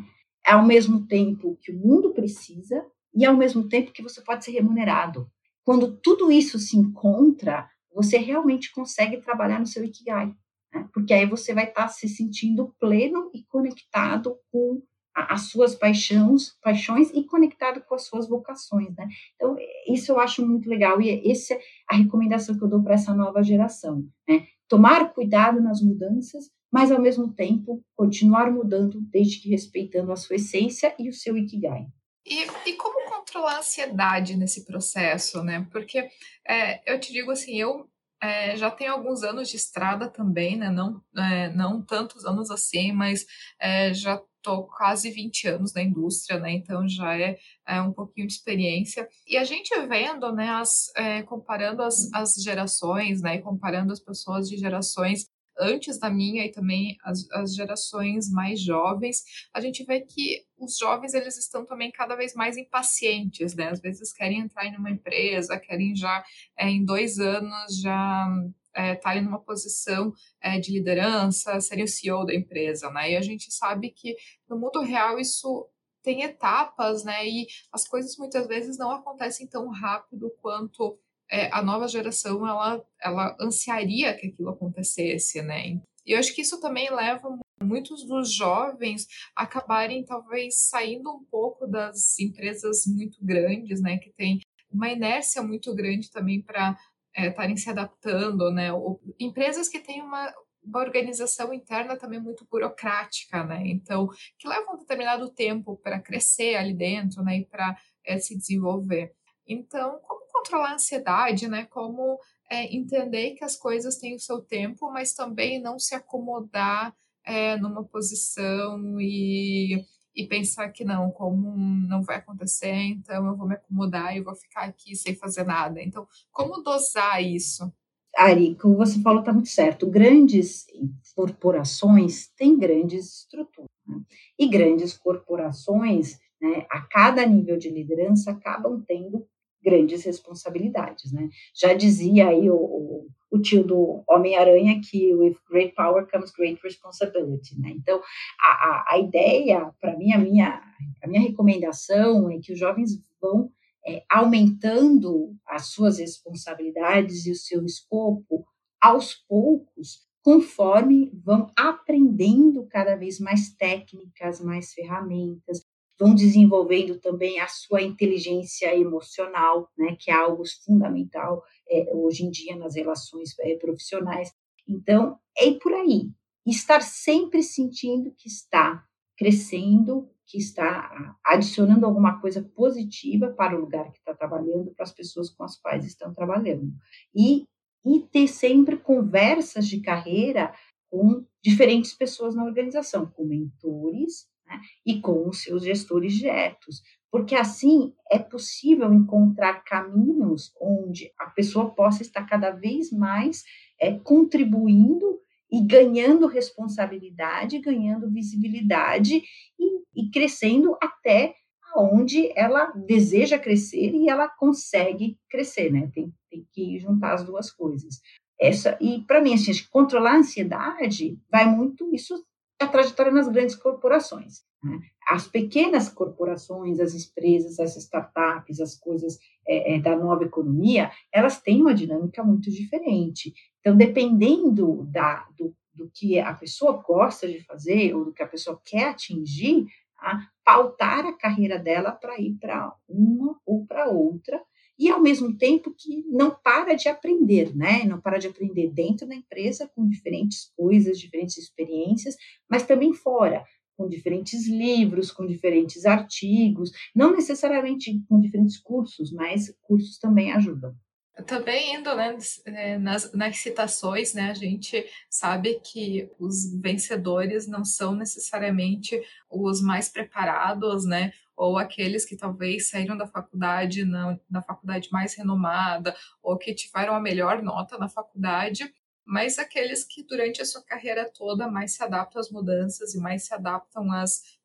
ao mesmo tempo que o mundo precisa e ao mesmo tempo que você pode ser remunerado. Quando tudo isso se encontra, você realmente consegue trabalhar no seu Ikigai, né? Porque aí você vai estar se sentindo pleno e conectado com a, as suas paixões, paixões e conectado com as suas vocações, né? Então, isso eu acho muito legal e essa é a recomendação que eu dou para essa nova geração, né? Tomar cuidado nas mudanças, mas ao mesmo tempo continuar mudando desde que respeitando a sua essência e o seu Ikigai. E, e como controlar a ansiedade nesse processo, né? Porque é, eu te digo assim, eu é, já tenho alguns anos de estrada também, né? Não, é, não tantos anos assim, mas é, já tô quase vinte anos na indústria, né? Então já é, é um pouquinho de experiência. E a gente vendo, né, as, é, comparando as, as gerações, né? E comparando as pessoas de gerações antes da minha e também as, as gerações mais jovens, a gente vê que os jovens eles estão também cada vez mais impacientes, né? Às vezes querem entrar em uma empresa, querem já é, em dois anos já é, estarem numa posição é, de liderança, serem o C E O da empresa, né? E a gente sabe que no mundo real isso tem etapas, né? E as coisas muitas vezes não acontecem tão rápido quanto é, a nova geração ela, ela ansiaria que aquilo acontecesse, né? E eu acho que isso também leva muitos dos jovens acabarem talvez saindo um pouco das empresas muito grandes, né? Que tem uma inércia muito grande também para estarem é, se adaptando, né? Ou, empresas que têm uma uma organização interna também muito burocrática, né? Então, que leva um determinado tempo para crescer ali dentro, né? E para é, se desenvolver. Então, como controlar a ansiedade, né? Como é, entender que as coisas têm o seu tempo, mas também não se acomodar é, numa posição e, e pensar que não, como não vai acontecer, então eu vou me acomodar e vou ficar aqui sem fazer nada. Então, como dosar isso? Ari, como você falou, está muito certo. Grandes corporações têm grandes estruturas, né? E grandes corporações, né, a cada nível de liderança, acabam tendo grandes responsabilidades, né? Já dizia aí o, o, o tio do Homem-Aranha que with great power comes great responsibility, né? Então, a, a, a ideia, para mim, a minha, a minha recomendação é que os jovens vão É, aumentando as suas responsabilidades e o seu escopo aos poucos, conforme vão aprendendo cada vez mais técnicas, mais ferramentas, vão desenvolvendo também a sua inteligência emocional, né, que é algo fundamental é, hoje em dia nas relações é, profissionais. Então, é por aí, estar sempre sentindo que está crescendo, que está adicionando alguma coisa positiva para o lugar que está trabalhando, para as pessoas com as quais estão trabalhando. E, e ter sempre conversas de carreira com diferentes pessoas na organização, com mentores, né, e com os seus gestores diretos, porque assim é possível encontrar caminhos onde a pessoa possa estar cada vez mais é, contribuindo e ganhando responsabilidade, ganhando visibilidade e, e crescendo até onde ela deseja crescer e ela consegue crescer, né? Tem, tem que juntar as duas coisas. Essa, e para mim, assim, controlar a ansiedade vai muito isso a trajetória nas grandes corporações, né? As pequenas corporações, as empresas, as startups, as coisas é, é, da nova economia, elas têm uma dinâmica muito diferente. Então, dependendo da, do, do que a pessoa gosta de fazer ou do que a pessoa quer atingir, a pautar a carreira dela para ir para uma ou para outra, e ao mesmo tempo que não para de aprender, né? Não para de aprender dentro da empresa com diferentes coisas, diferentes experiências, mas também fora, com diferentes livros, com diferentes artigos, não necessariamente com diferentes cursos, mas cursos também ajudam. Também indo, né, nas, nas citações, né, a gente sabe que os vencedores não são necessariamente os mais preparados, né, ou aqueles que talvez saíram da faculdade na, na faculdade mais renomada, ou que tiveram a melhor nota na faculdade, mas aqueles que durante a sua carreira toda mais se adaptam às mudanças e mais se adaptam às,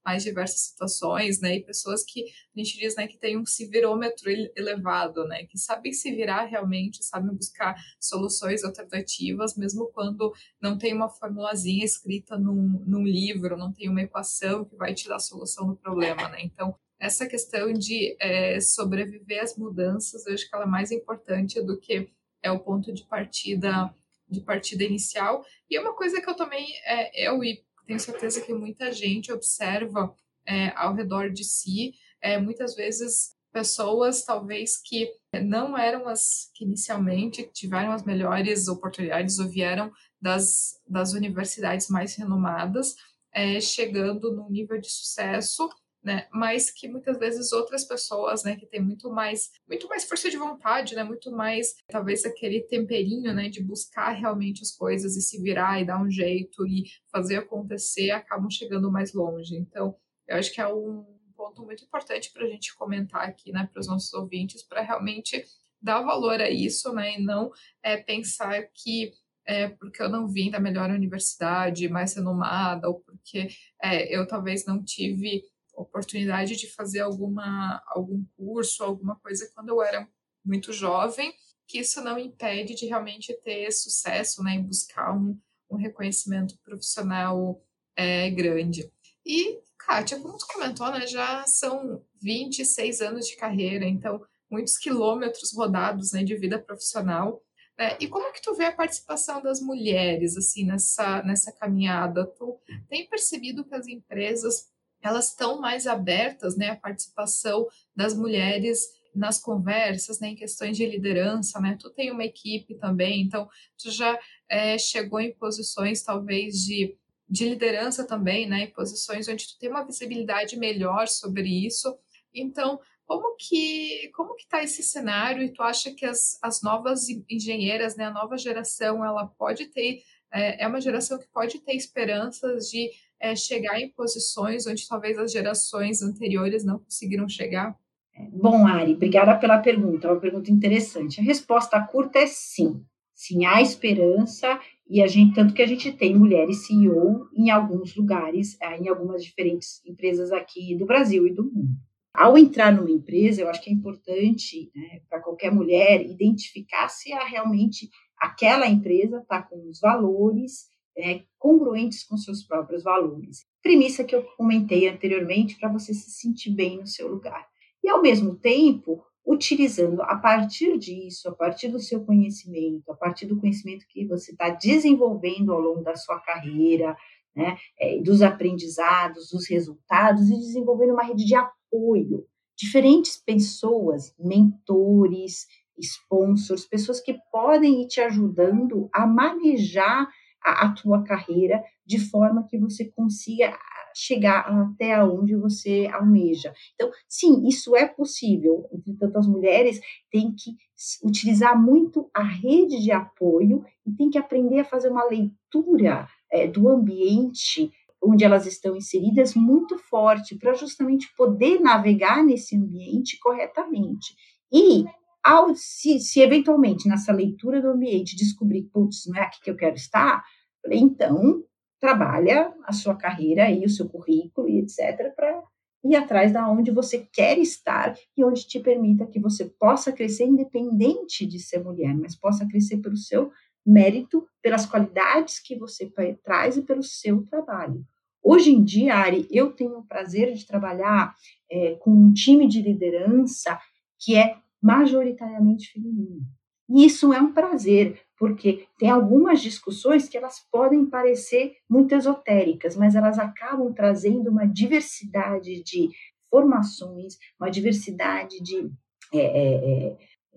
mais diversas situações, né, e pessoas que a gente diz, né, que tem um se virômetro elevado, né, que sabem se virar realmente, sabem buscar soluções alternativas, mesmo quando não tem uma formulazinha escrita num, num livro, não tem uma equação que vai te dar a solução do problema, né, então essa questão de é, sobreviver às mudanças, eu acho que ela é mais importante do que é o ponto de partida de partida inicial. E é uma coisa que eu também, é, eu e tenho certeza que muita gente observa é, ao redor de si, é, muitas vezes pessoas talvez que não eram as que inicialmente tiveram as melhores oportunidades ou vieram das, das universidades mais renomadas, é, chegando num nível de sucesso, né, mas que muitas vezes outras pessoas, né, que têm muito mais, muito mais força de vontade, né, muito mais, talvez aquele temperinho, né, de buscar realmente as coisas e se virar e dar um jeito e fazer acontecer, acabam chegando mais longe. Então, eu acho que é um ponto muito importante para a gente comentar aqui, né, para os nossos ouvintes, para realmente dar valor a isso, né, e não é, pensar que é, porque eu não vim da melhor universidade, mais renomada, ou porque é, eu talvez não tive oportunidade de fazer alguma, algum curso, alguma coisa quando eu era muito jovem, que isso não impede de realmente ter sucesso, né, em buscar um, um reconhecimento profissional é, grande. E, Kátia, como tu comentou, né, já são vinte e seis anos de carreira, então muitos quilômetros rodados, né, de vida profissional. Né? E como que tu vê a participação das mulheres, assim, nessa, nessa caminhada? Tu tem percebido que as empresas elas estão mais abertas, né, à participação das mulheres nas conversas, né, em questões de liderança, né? Tu tem uma equipe também, então tu já é, chegou em posições talvez de, de liderança também, né, em posições onde tu tem uma visibilidade melhor sobre isso. Então, como que como que está esse cenário e tu acha que as, as novas engenheiras, né, a nova geração, ela pode ter é, é uma geração que pode ter esperanças de é, chegar em posições onde talvez as gerações anteriores não conseguiram chegar? Bom, Ari, obrigada pela pergunta, é uma pergunta interessante. A resposta curta é sim. Sim, há esperança, e a gente, tanto que a gente tem mulheres C E O em alguns lugares, em algumas diferentes empresas aqui do Brasil e do mundo. Ao entrar numa empresa, eu acho que é importante, né, para qualquer mulher identificar se a, realmente aquela empresa está com os valores é, congruentes com seus próprios valores. Premissa que eu comentei anteriormente para você se sentir bem no seu lugar. E, ao mesmo tempo, utilizando a partir disso, a partir do seu conhecimento, a partir do conhecimento que você está desenvolvendo ao longo da sua carreira, né, é, dos aprendizados, dos resultados, e desenvolvendo uma rede de apoio. Diferentes pessoas, mentores, sponsors, pessoas que podem ir te ajudando a manejar a, a tua carreira de forma que você consiga chegar até onde você almeja. Então, sim, isso é possível. Entretanto, as mulheres têm que utilizar muito a rede de apoio e têm que aprender a fazer uma leitura é, do ambiente onde elas estão inseridas muito forte, para justamente poder navegar nesse ambiente corretamente. E, ao, se, se eventualmente nessa leitura do ambiente descobrir, putz, não é aqui que eu quero estar, então trabalha a sua carreira e o seu currículo e etcétera para ir atrás da onde você quer estar e onde te permita que você possa crescer independente de ser mulher, mas possa crescer pelo seu mérito, pelas qualidades que você traz e pelo seu trabalho. Hoje em dia, Ari, eu tenho o prazer de trabalhar é, com um time de liderança que é majoritariamente feminino. E isso é um prazer, porque tem algumas discussões que elas podem parecer muito esotéricas, mas elas acabam trazendo uma diversidade de formações, uma diversidade de, é, é,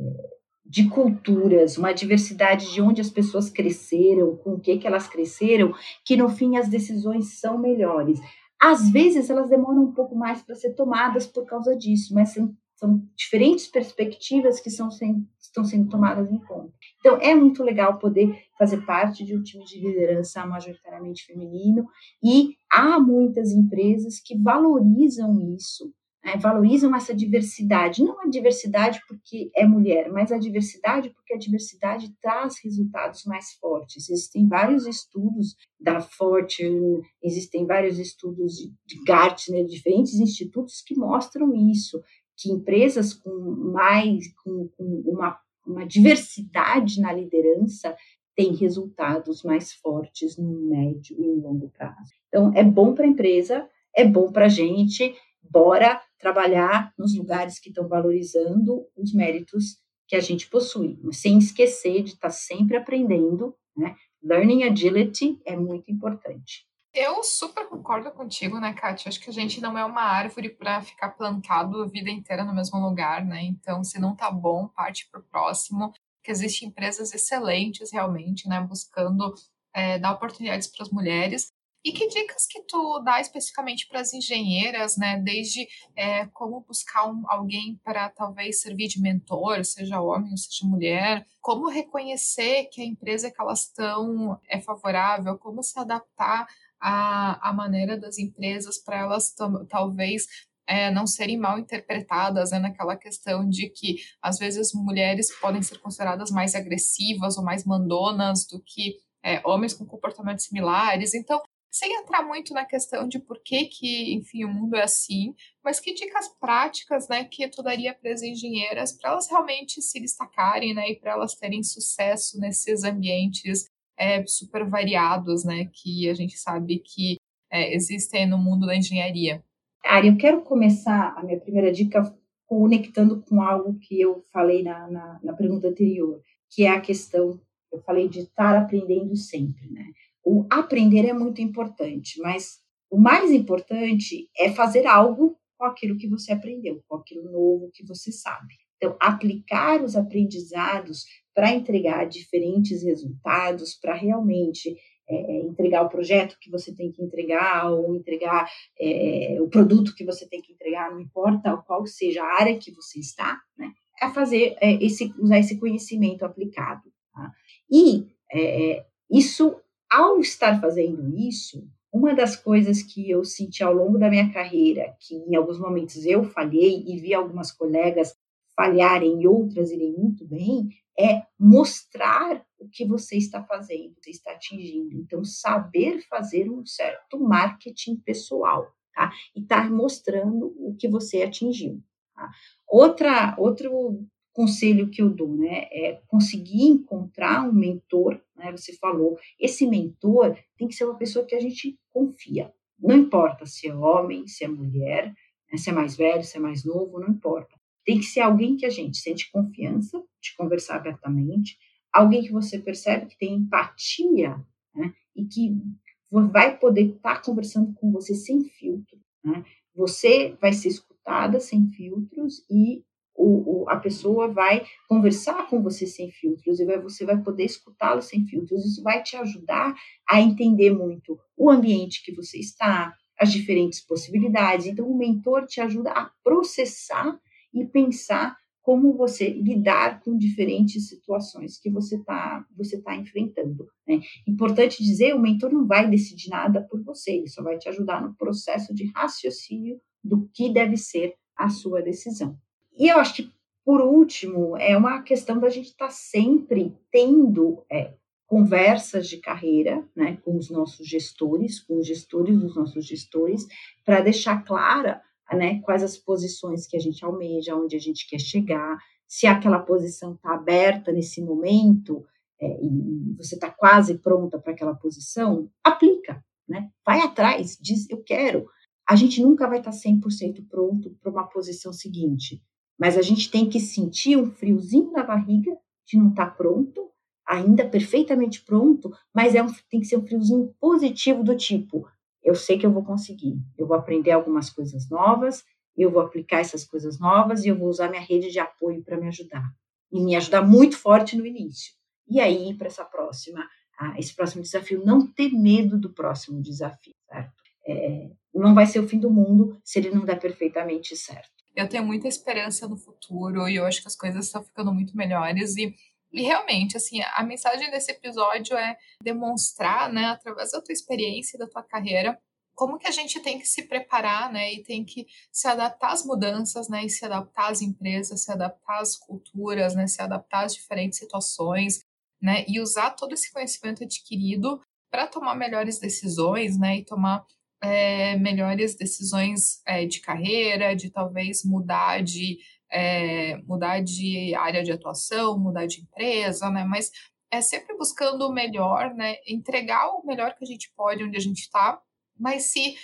de culturas, uma diversidade de onde as pessoas cresceram, com o que, que elas cresceram, que no fim as decisões são melhores. Às vezes elas demoram um pouco mais para ser tomadas por causa disso, mas são São diferentes perspectivas que são sendo, estão sendo tomadas em conta. Então, é muito legal poder fazer parte de um time de liderança majoritariamente feminino, e há muitas empresas que valorizam isso, né, valorizam essa diversidade, não a diversidade porque é mulher, mas a diversidade porque a diversidade traz resultados mais fortes. Existem vários estudos da Fortune, existem vários estudos de, de Gartner, diferentes institutos que mostram isso, que empresas com mais, com, com uma, uma diversidade na liderança têm resultados mais fortes no médio e longo prazo. Então, é bom para a empresa, é bom para a gente, bora trabalhar nos lugares que estão valorizando os méritos que a gente possui, sem esquecer de estar sempre aprendendo, né? Learning agility é muito importante. Eu super concordo contigo, né, Kátia? Acho que a gente não é uma árvore para ficar plantado a vida inteira no mesmo lugar, né? Então, se não tá bom, parte para o próximo. Que existem empresas excelentes, realmente, né? Buscando é, dar oportunidades para as mulheres. E que dicas que tu dá especificamente para as engenheiras, né? Desde é, como buscar um, alguém para talvez servir de mentor, seja homem ou seja mulher, como reconhecer que a empresa que elas estão é favorável, como se adaptar à, à maneira das empresas para elas talvez é, não serem mal interpretadas, né, naquela questão de que às vezes mulheres podem ser consideradas mais agressivas ou mais mandonas do que é, homens com comportamentos similares. Então, sem entrar muito na questão de por que, que, enfim, o mundo é assim, mas que dicas práticas, né, que tu daria para as engenheiras para elas realmente se destacarem, né, e para elas terem sucesso nesses ambientes é, super variados, né, que a gente sabe que é, existem no mundo da engenharia. Ari, eu quero começar a minha primeira dica conectando com algo que eu falei na, na, na pergunta anterior, que é a questão, eu falei de estar aprendendo sempre, né? O aprender é muito importante, mas o mais importante é fazer algo com aquilo que você aprendeu, com aquilo novo que você sabe. Então, aplicar os aprendizados para entregar diferentes resultados, para realmente é, entregar o projeto que você tem que entregar, ou entregar é, o produto que você tem que entregar, não importa qual seja a área que você está, né? É fazer é, esse, usar esse conhecimento aplicado. Tá? E é, isso, ao estar fazendo isso, uma das coisas que eu senti ao longo da minha carreira, que em alguns momentos eu falhei e vi algumas colegas falharem e outras irem muito bem, é mostrar o que você está fazendo, você está atingindo. Então, saber fazer um certo marketing pessoal, tá? E estar mostrando o que você atingiu. Tá? Outra, outro conselho que eu dou, né, é conseguir encontrar um mentor, né, você falou, esse mentor tem que ser uma pessoa que a gente confia. Não importa se é homem, se é mulher, né, se é mais velho, se é mais novo, não importa. Tem que ser alguém que a gente sente confiança de conversar abertamente, alguém que você percebe que tem empatia, né, e que vai poder estar conversando com você sem filtro, né? Você vai ser escutada sem filtros e o, o, a pessoa vai conversar com você sem filtros e vai, você vai poder escutá-lo sem filtros. Isso vai te ajudar a entender muito o ambiente que você está, as diferentes possibilidades. Então, o mentor te ajuda a processar e pensar como você lidar com diferentes situações que você está você tá enfrentando. Né? Importante dizer, o mentor não vai decidir nada por você, ele só vai te ajudar no processo de raciocínio do que deve ser a sua decisão. E eu acho que, por último, é uma questão da gente estar tá sempre tendo é, conversas de carreira, né, com os nossos gestores, com os gestores dos nossos gestores, para deixar clara, né, quais as posições que a gente almeja, onde a gente quer chegar, se aquela posição está aberta nesse momento é, e você está quase pronta para aquela posição, aplica, né? Vai atrás, diz eu quero. A gente nunca vai estar cem por cento pronto para uma posição seguinte, mas a gente tem que sentir um friozinho na barriga de não estar pronto, ainda perfeitamente pronto, mas é um, tem que ser um friozinho positivo do tipo, eu sei que eu vou conseguir, eu vou aprender algumas coisas novas, eu vou aplicar essas coisas novas e eu vou usar minha rede de apoio para me ajudar. E me ajudar muito forte no início. E aí, para essa próxima, ah, esse próximo desafio, não ter medo do próximo desafio, certo? É, não vai ser o fim do mundo se ele não der perfeitamente certo. Eu tenho muita esperança no futuro e eu acho que as coisas estão ficando muito melhores e E realmente, assim, a mensagem desse episódio é demonstrar, né, através da tua experiência e da tua carreira, como que a gente tem que se preparar, né, e tem que se adaptar às mudanças, né, e se adaptar às empresas, se adaptar às culturas, né, se adaptar às diferentes situações, né, e usar todo esse conhecimento adquirido para tomar melhores decisões, né, e tomar é, melhores decisões é, de carreira, de talvez mudar de é, mudar de área de atuação, mudar de empresa, né, mas é sempre buscando o melhor, né, entregar o melhor que a gente pode onde a gente está, mas se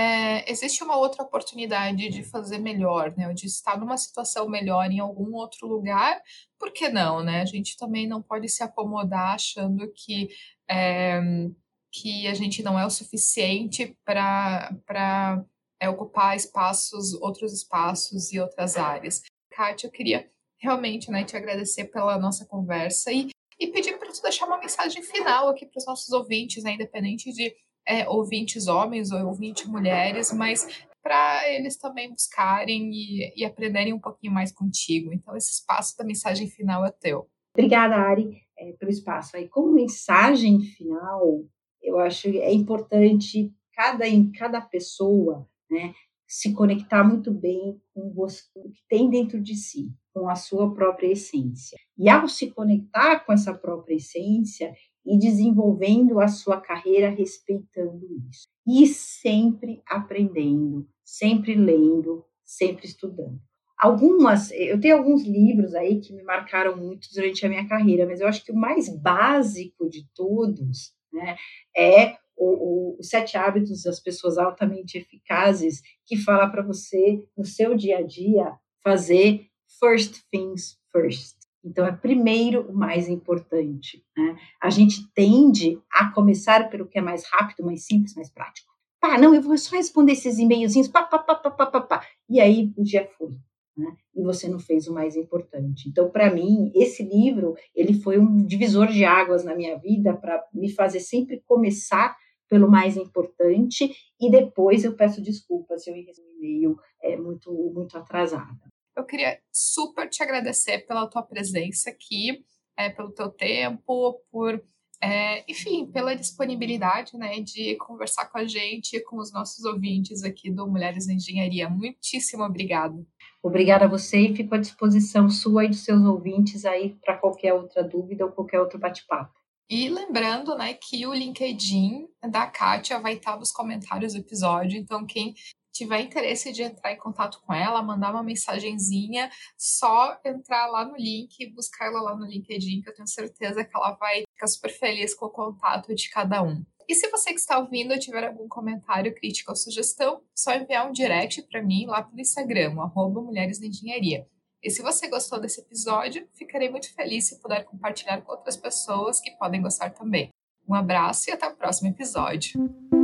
é, existe uma outra oportunidade de fazer melhor, né, ou de estar numa situação melhor em algum outro lugar, por que não, né? A gente também não pode se acomodar achando que, é, que a gente não é o suficiente para para é, ocupar espaços, outros espaços e outras áreas. Kátia, eu queria realmente, né, te agradecer pela nossa conversa e, e pedir para tu deixar uma mensagem final aqui para os nossos ouvintes, né, independente de é, ouvintes homens ou ouvintes mulheres, mas para eles também buscarem e, e aprenderem um pouquinho mais contigo. Então, esse espaço da mensagem final é teu. Obrigada, Ari, é, pelo espaço. Aí, como mensagem final, eu acho que é importante cada, em cada pessoa, né, se conectar muito bem com você, o que tem dentro de si, com a sua própria essência. E ao se conectar com essa própria essência e desenvolvendo a sua carreira respeitando isso. E sempre aprendendo, sempre lendo, sempre estudando. Algumas, eu tenho alguns livros aí que me marcaram muito durante a minha carreira, mas eu acho que o mais básico de todos, né, é o, o, os Sete Hábitos das Pessoas Altamente Eficazes, que fala para você, no seu dia a dia, fazer first things first. Então, é primeiro o mais importante, né? A gente tende a começar pelo que é mais rápido, mais simples, mais prático. Pá, não, eu vou só responder esses e-mailzinhos, pá, pá, pá, pá, pá, pá, pá. E aí o dia foi. Né? E você não fez o mais importante. Então, para mim, esse livro, ele foi um divisor de águas na minha vida para me fazer sempre começar pelo mais importante e depois eu peço desculpas se eu recebi um e-mail é, muito, muito atrasada. Eu queria super te agradecer pela tua presença aqui, é, pelo teu tempo, por, é, enfim, pela disponibilidade, né, de conversar com a gente, com os nossos ouvintes aqui do Mulheres na Engenharia. Muitíssimo obrigada. Obrigada a você e fico à disposição sua e dos seus ouvintes aí para qualquer outra dúvida ou qualquer outro bate-papo. E lembrando, né, que o LinkedIn da Kátia vai estar nos comentários do episódio, então quem tiver interesse de entrar em contato com ela, mandar uma mensagenzinha, só entrar lá no link e buscar ela lá no LinkedIn, que eu tenho certeza que ela vai ficar super feliz com o contato de cada um. E se você que está ouvindo tiver algum comentário, crítica ou sugestão, é só enviar um direct para mim lá pelo Instagram, arroba Mulheres na Engenharia. E se você gostou desse episódio, ficarei muito feliz se puder compartilhar com outras pessoas que podem gostar também. Um abraço e até o próximo episódio.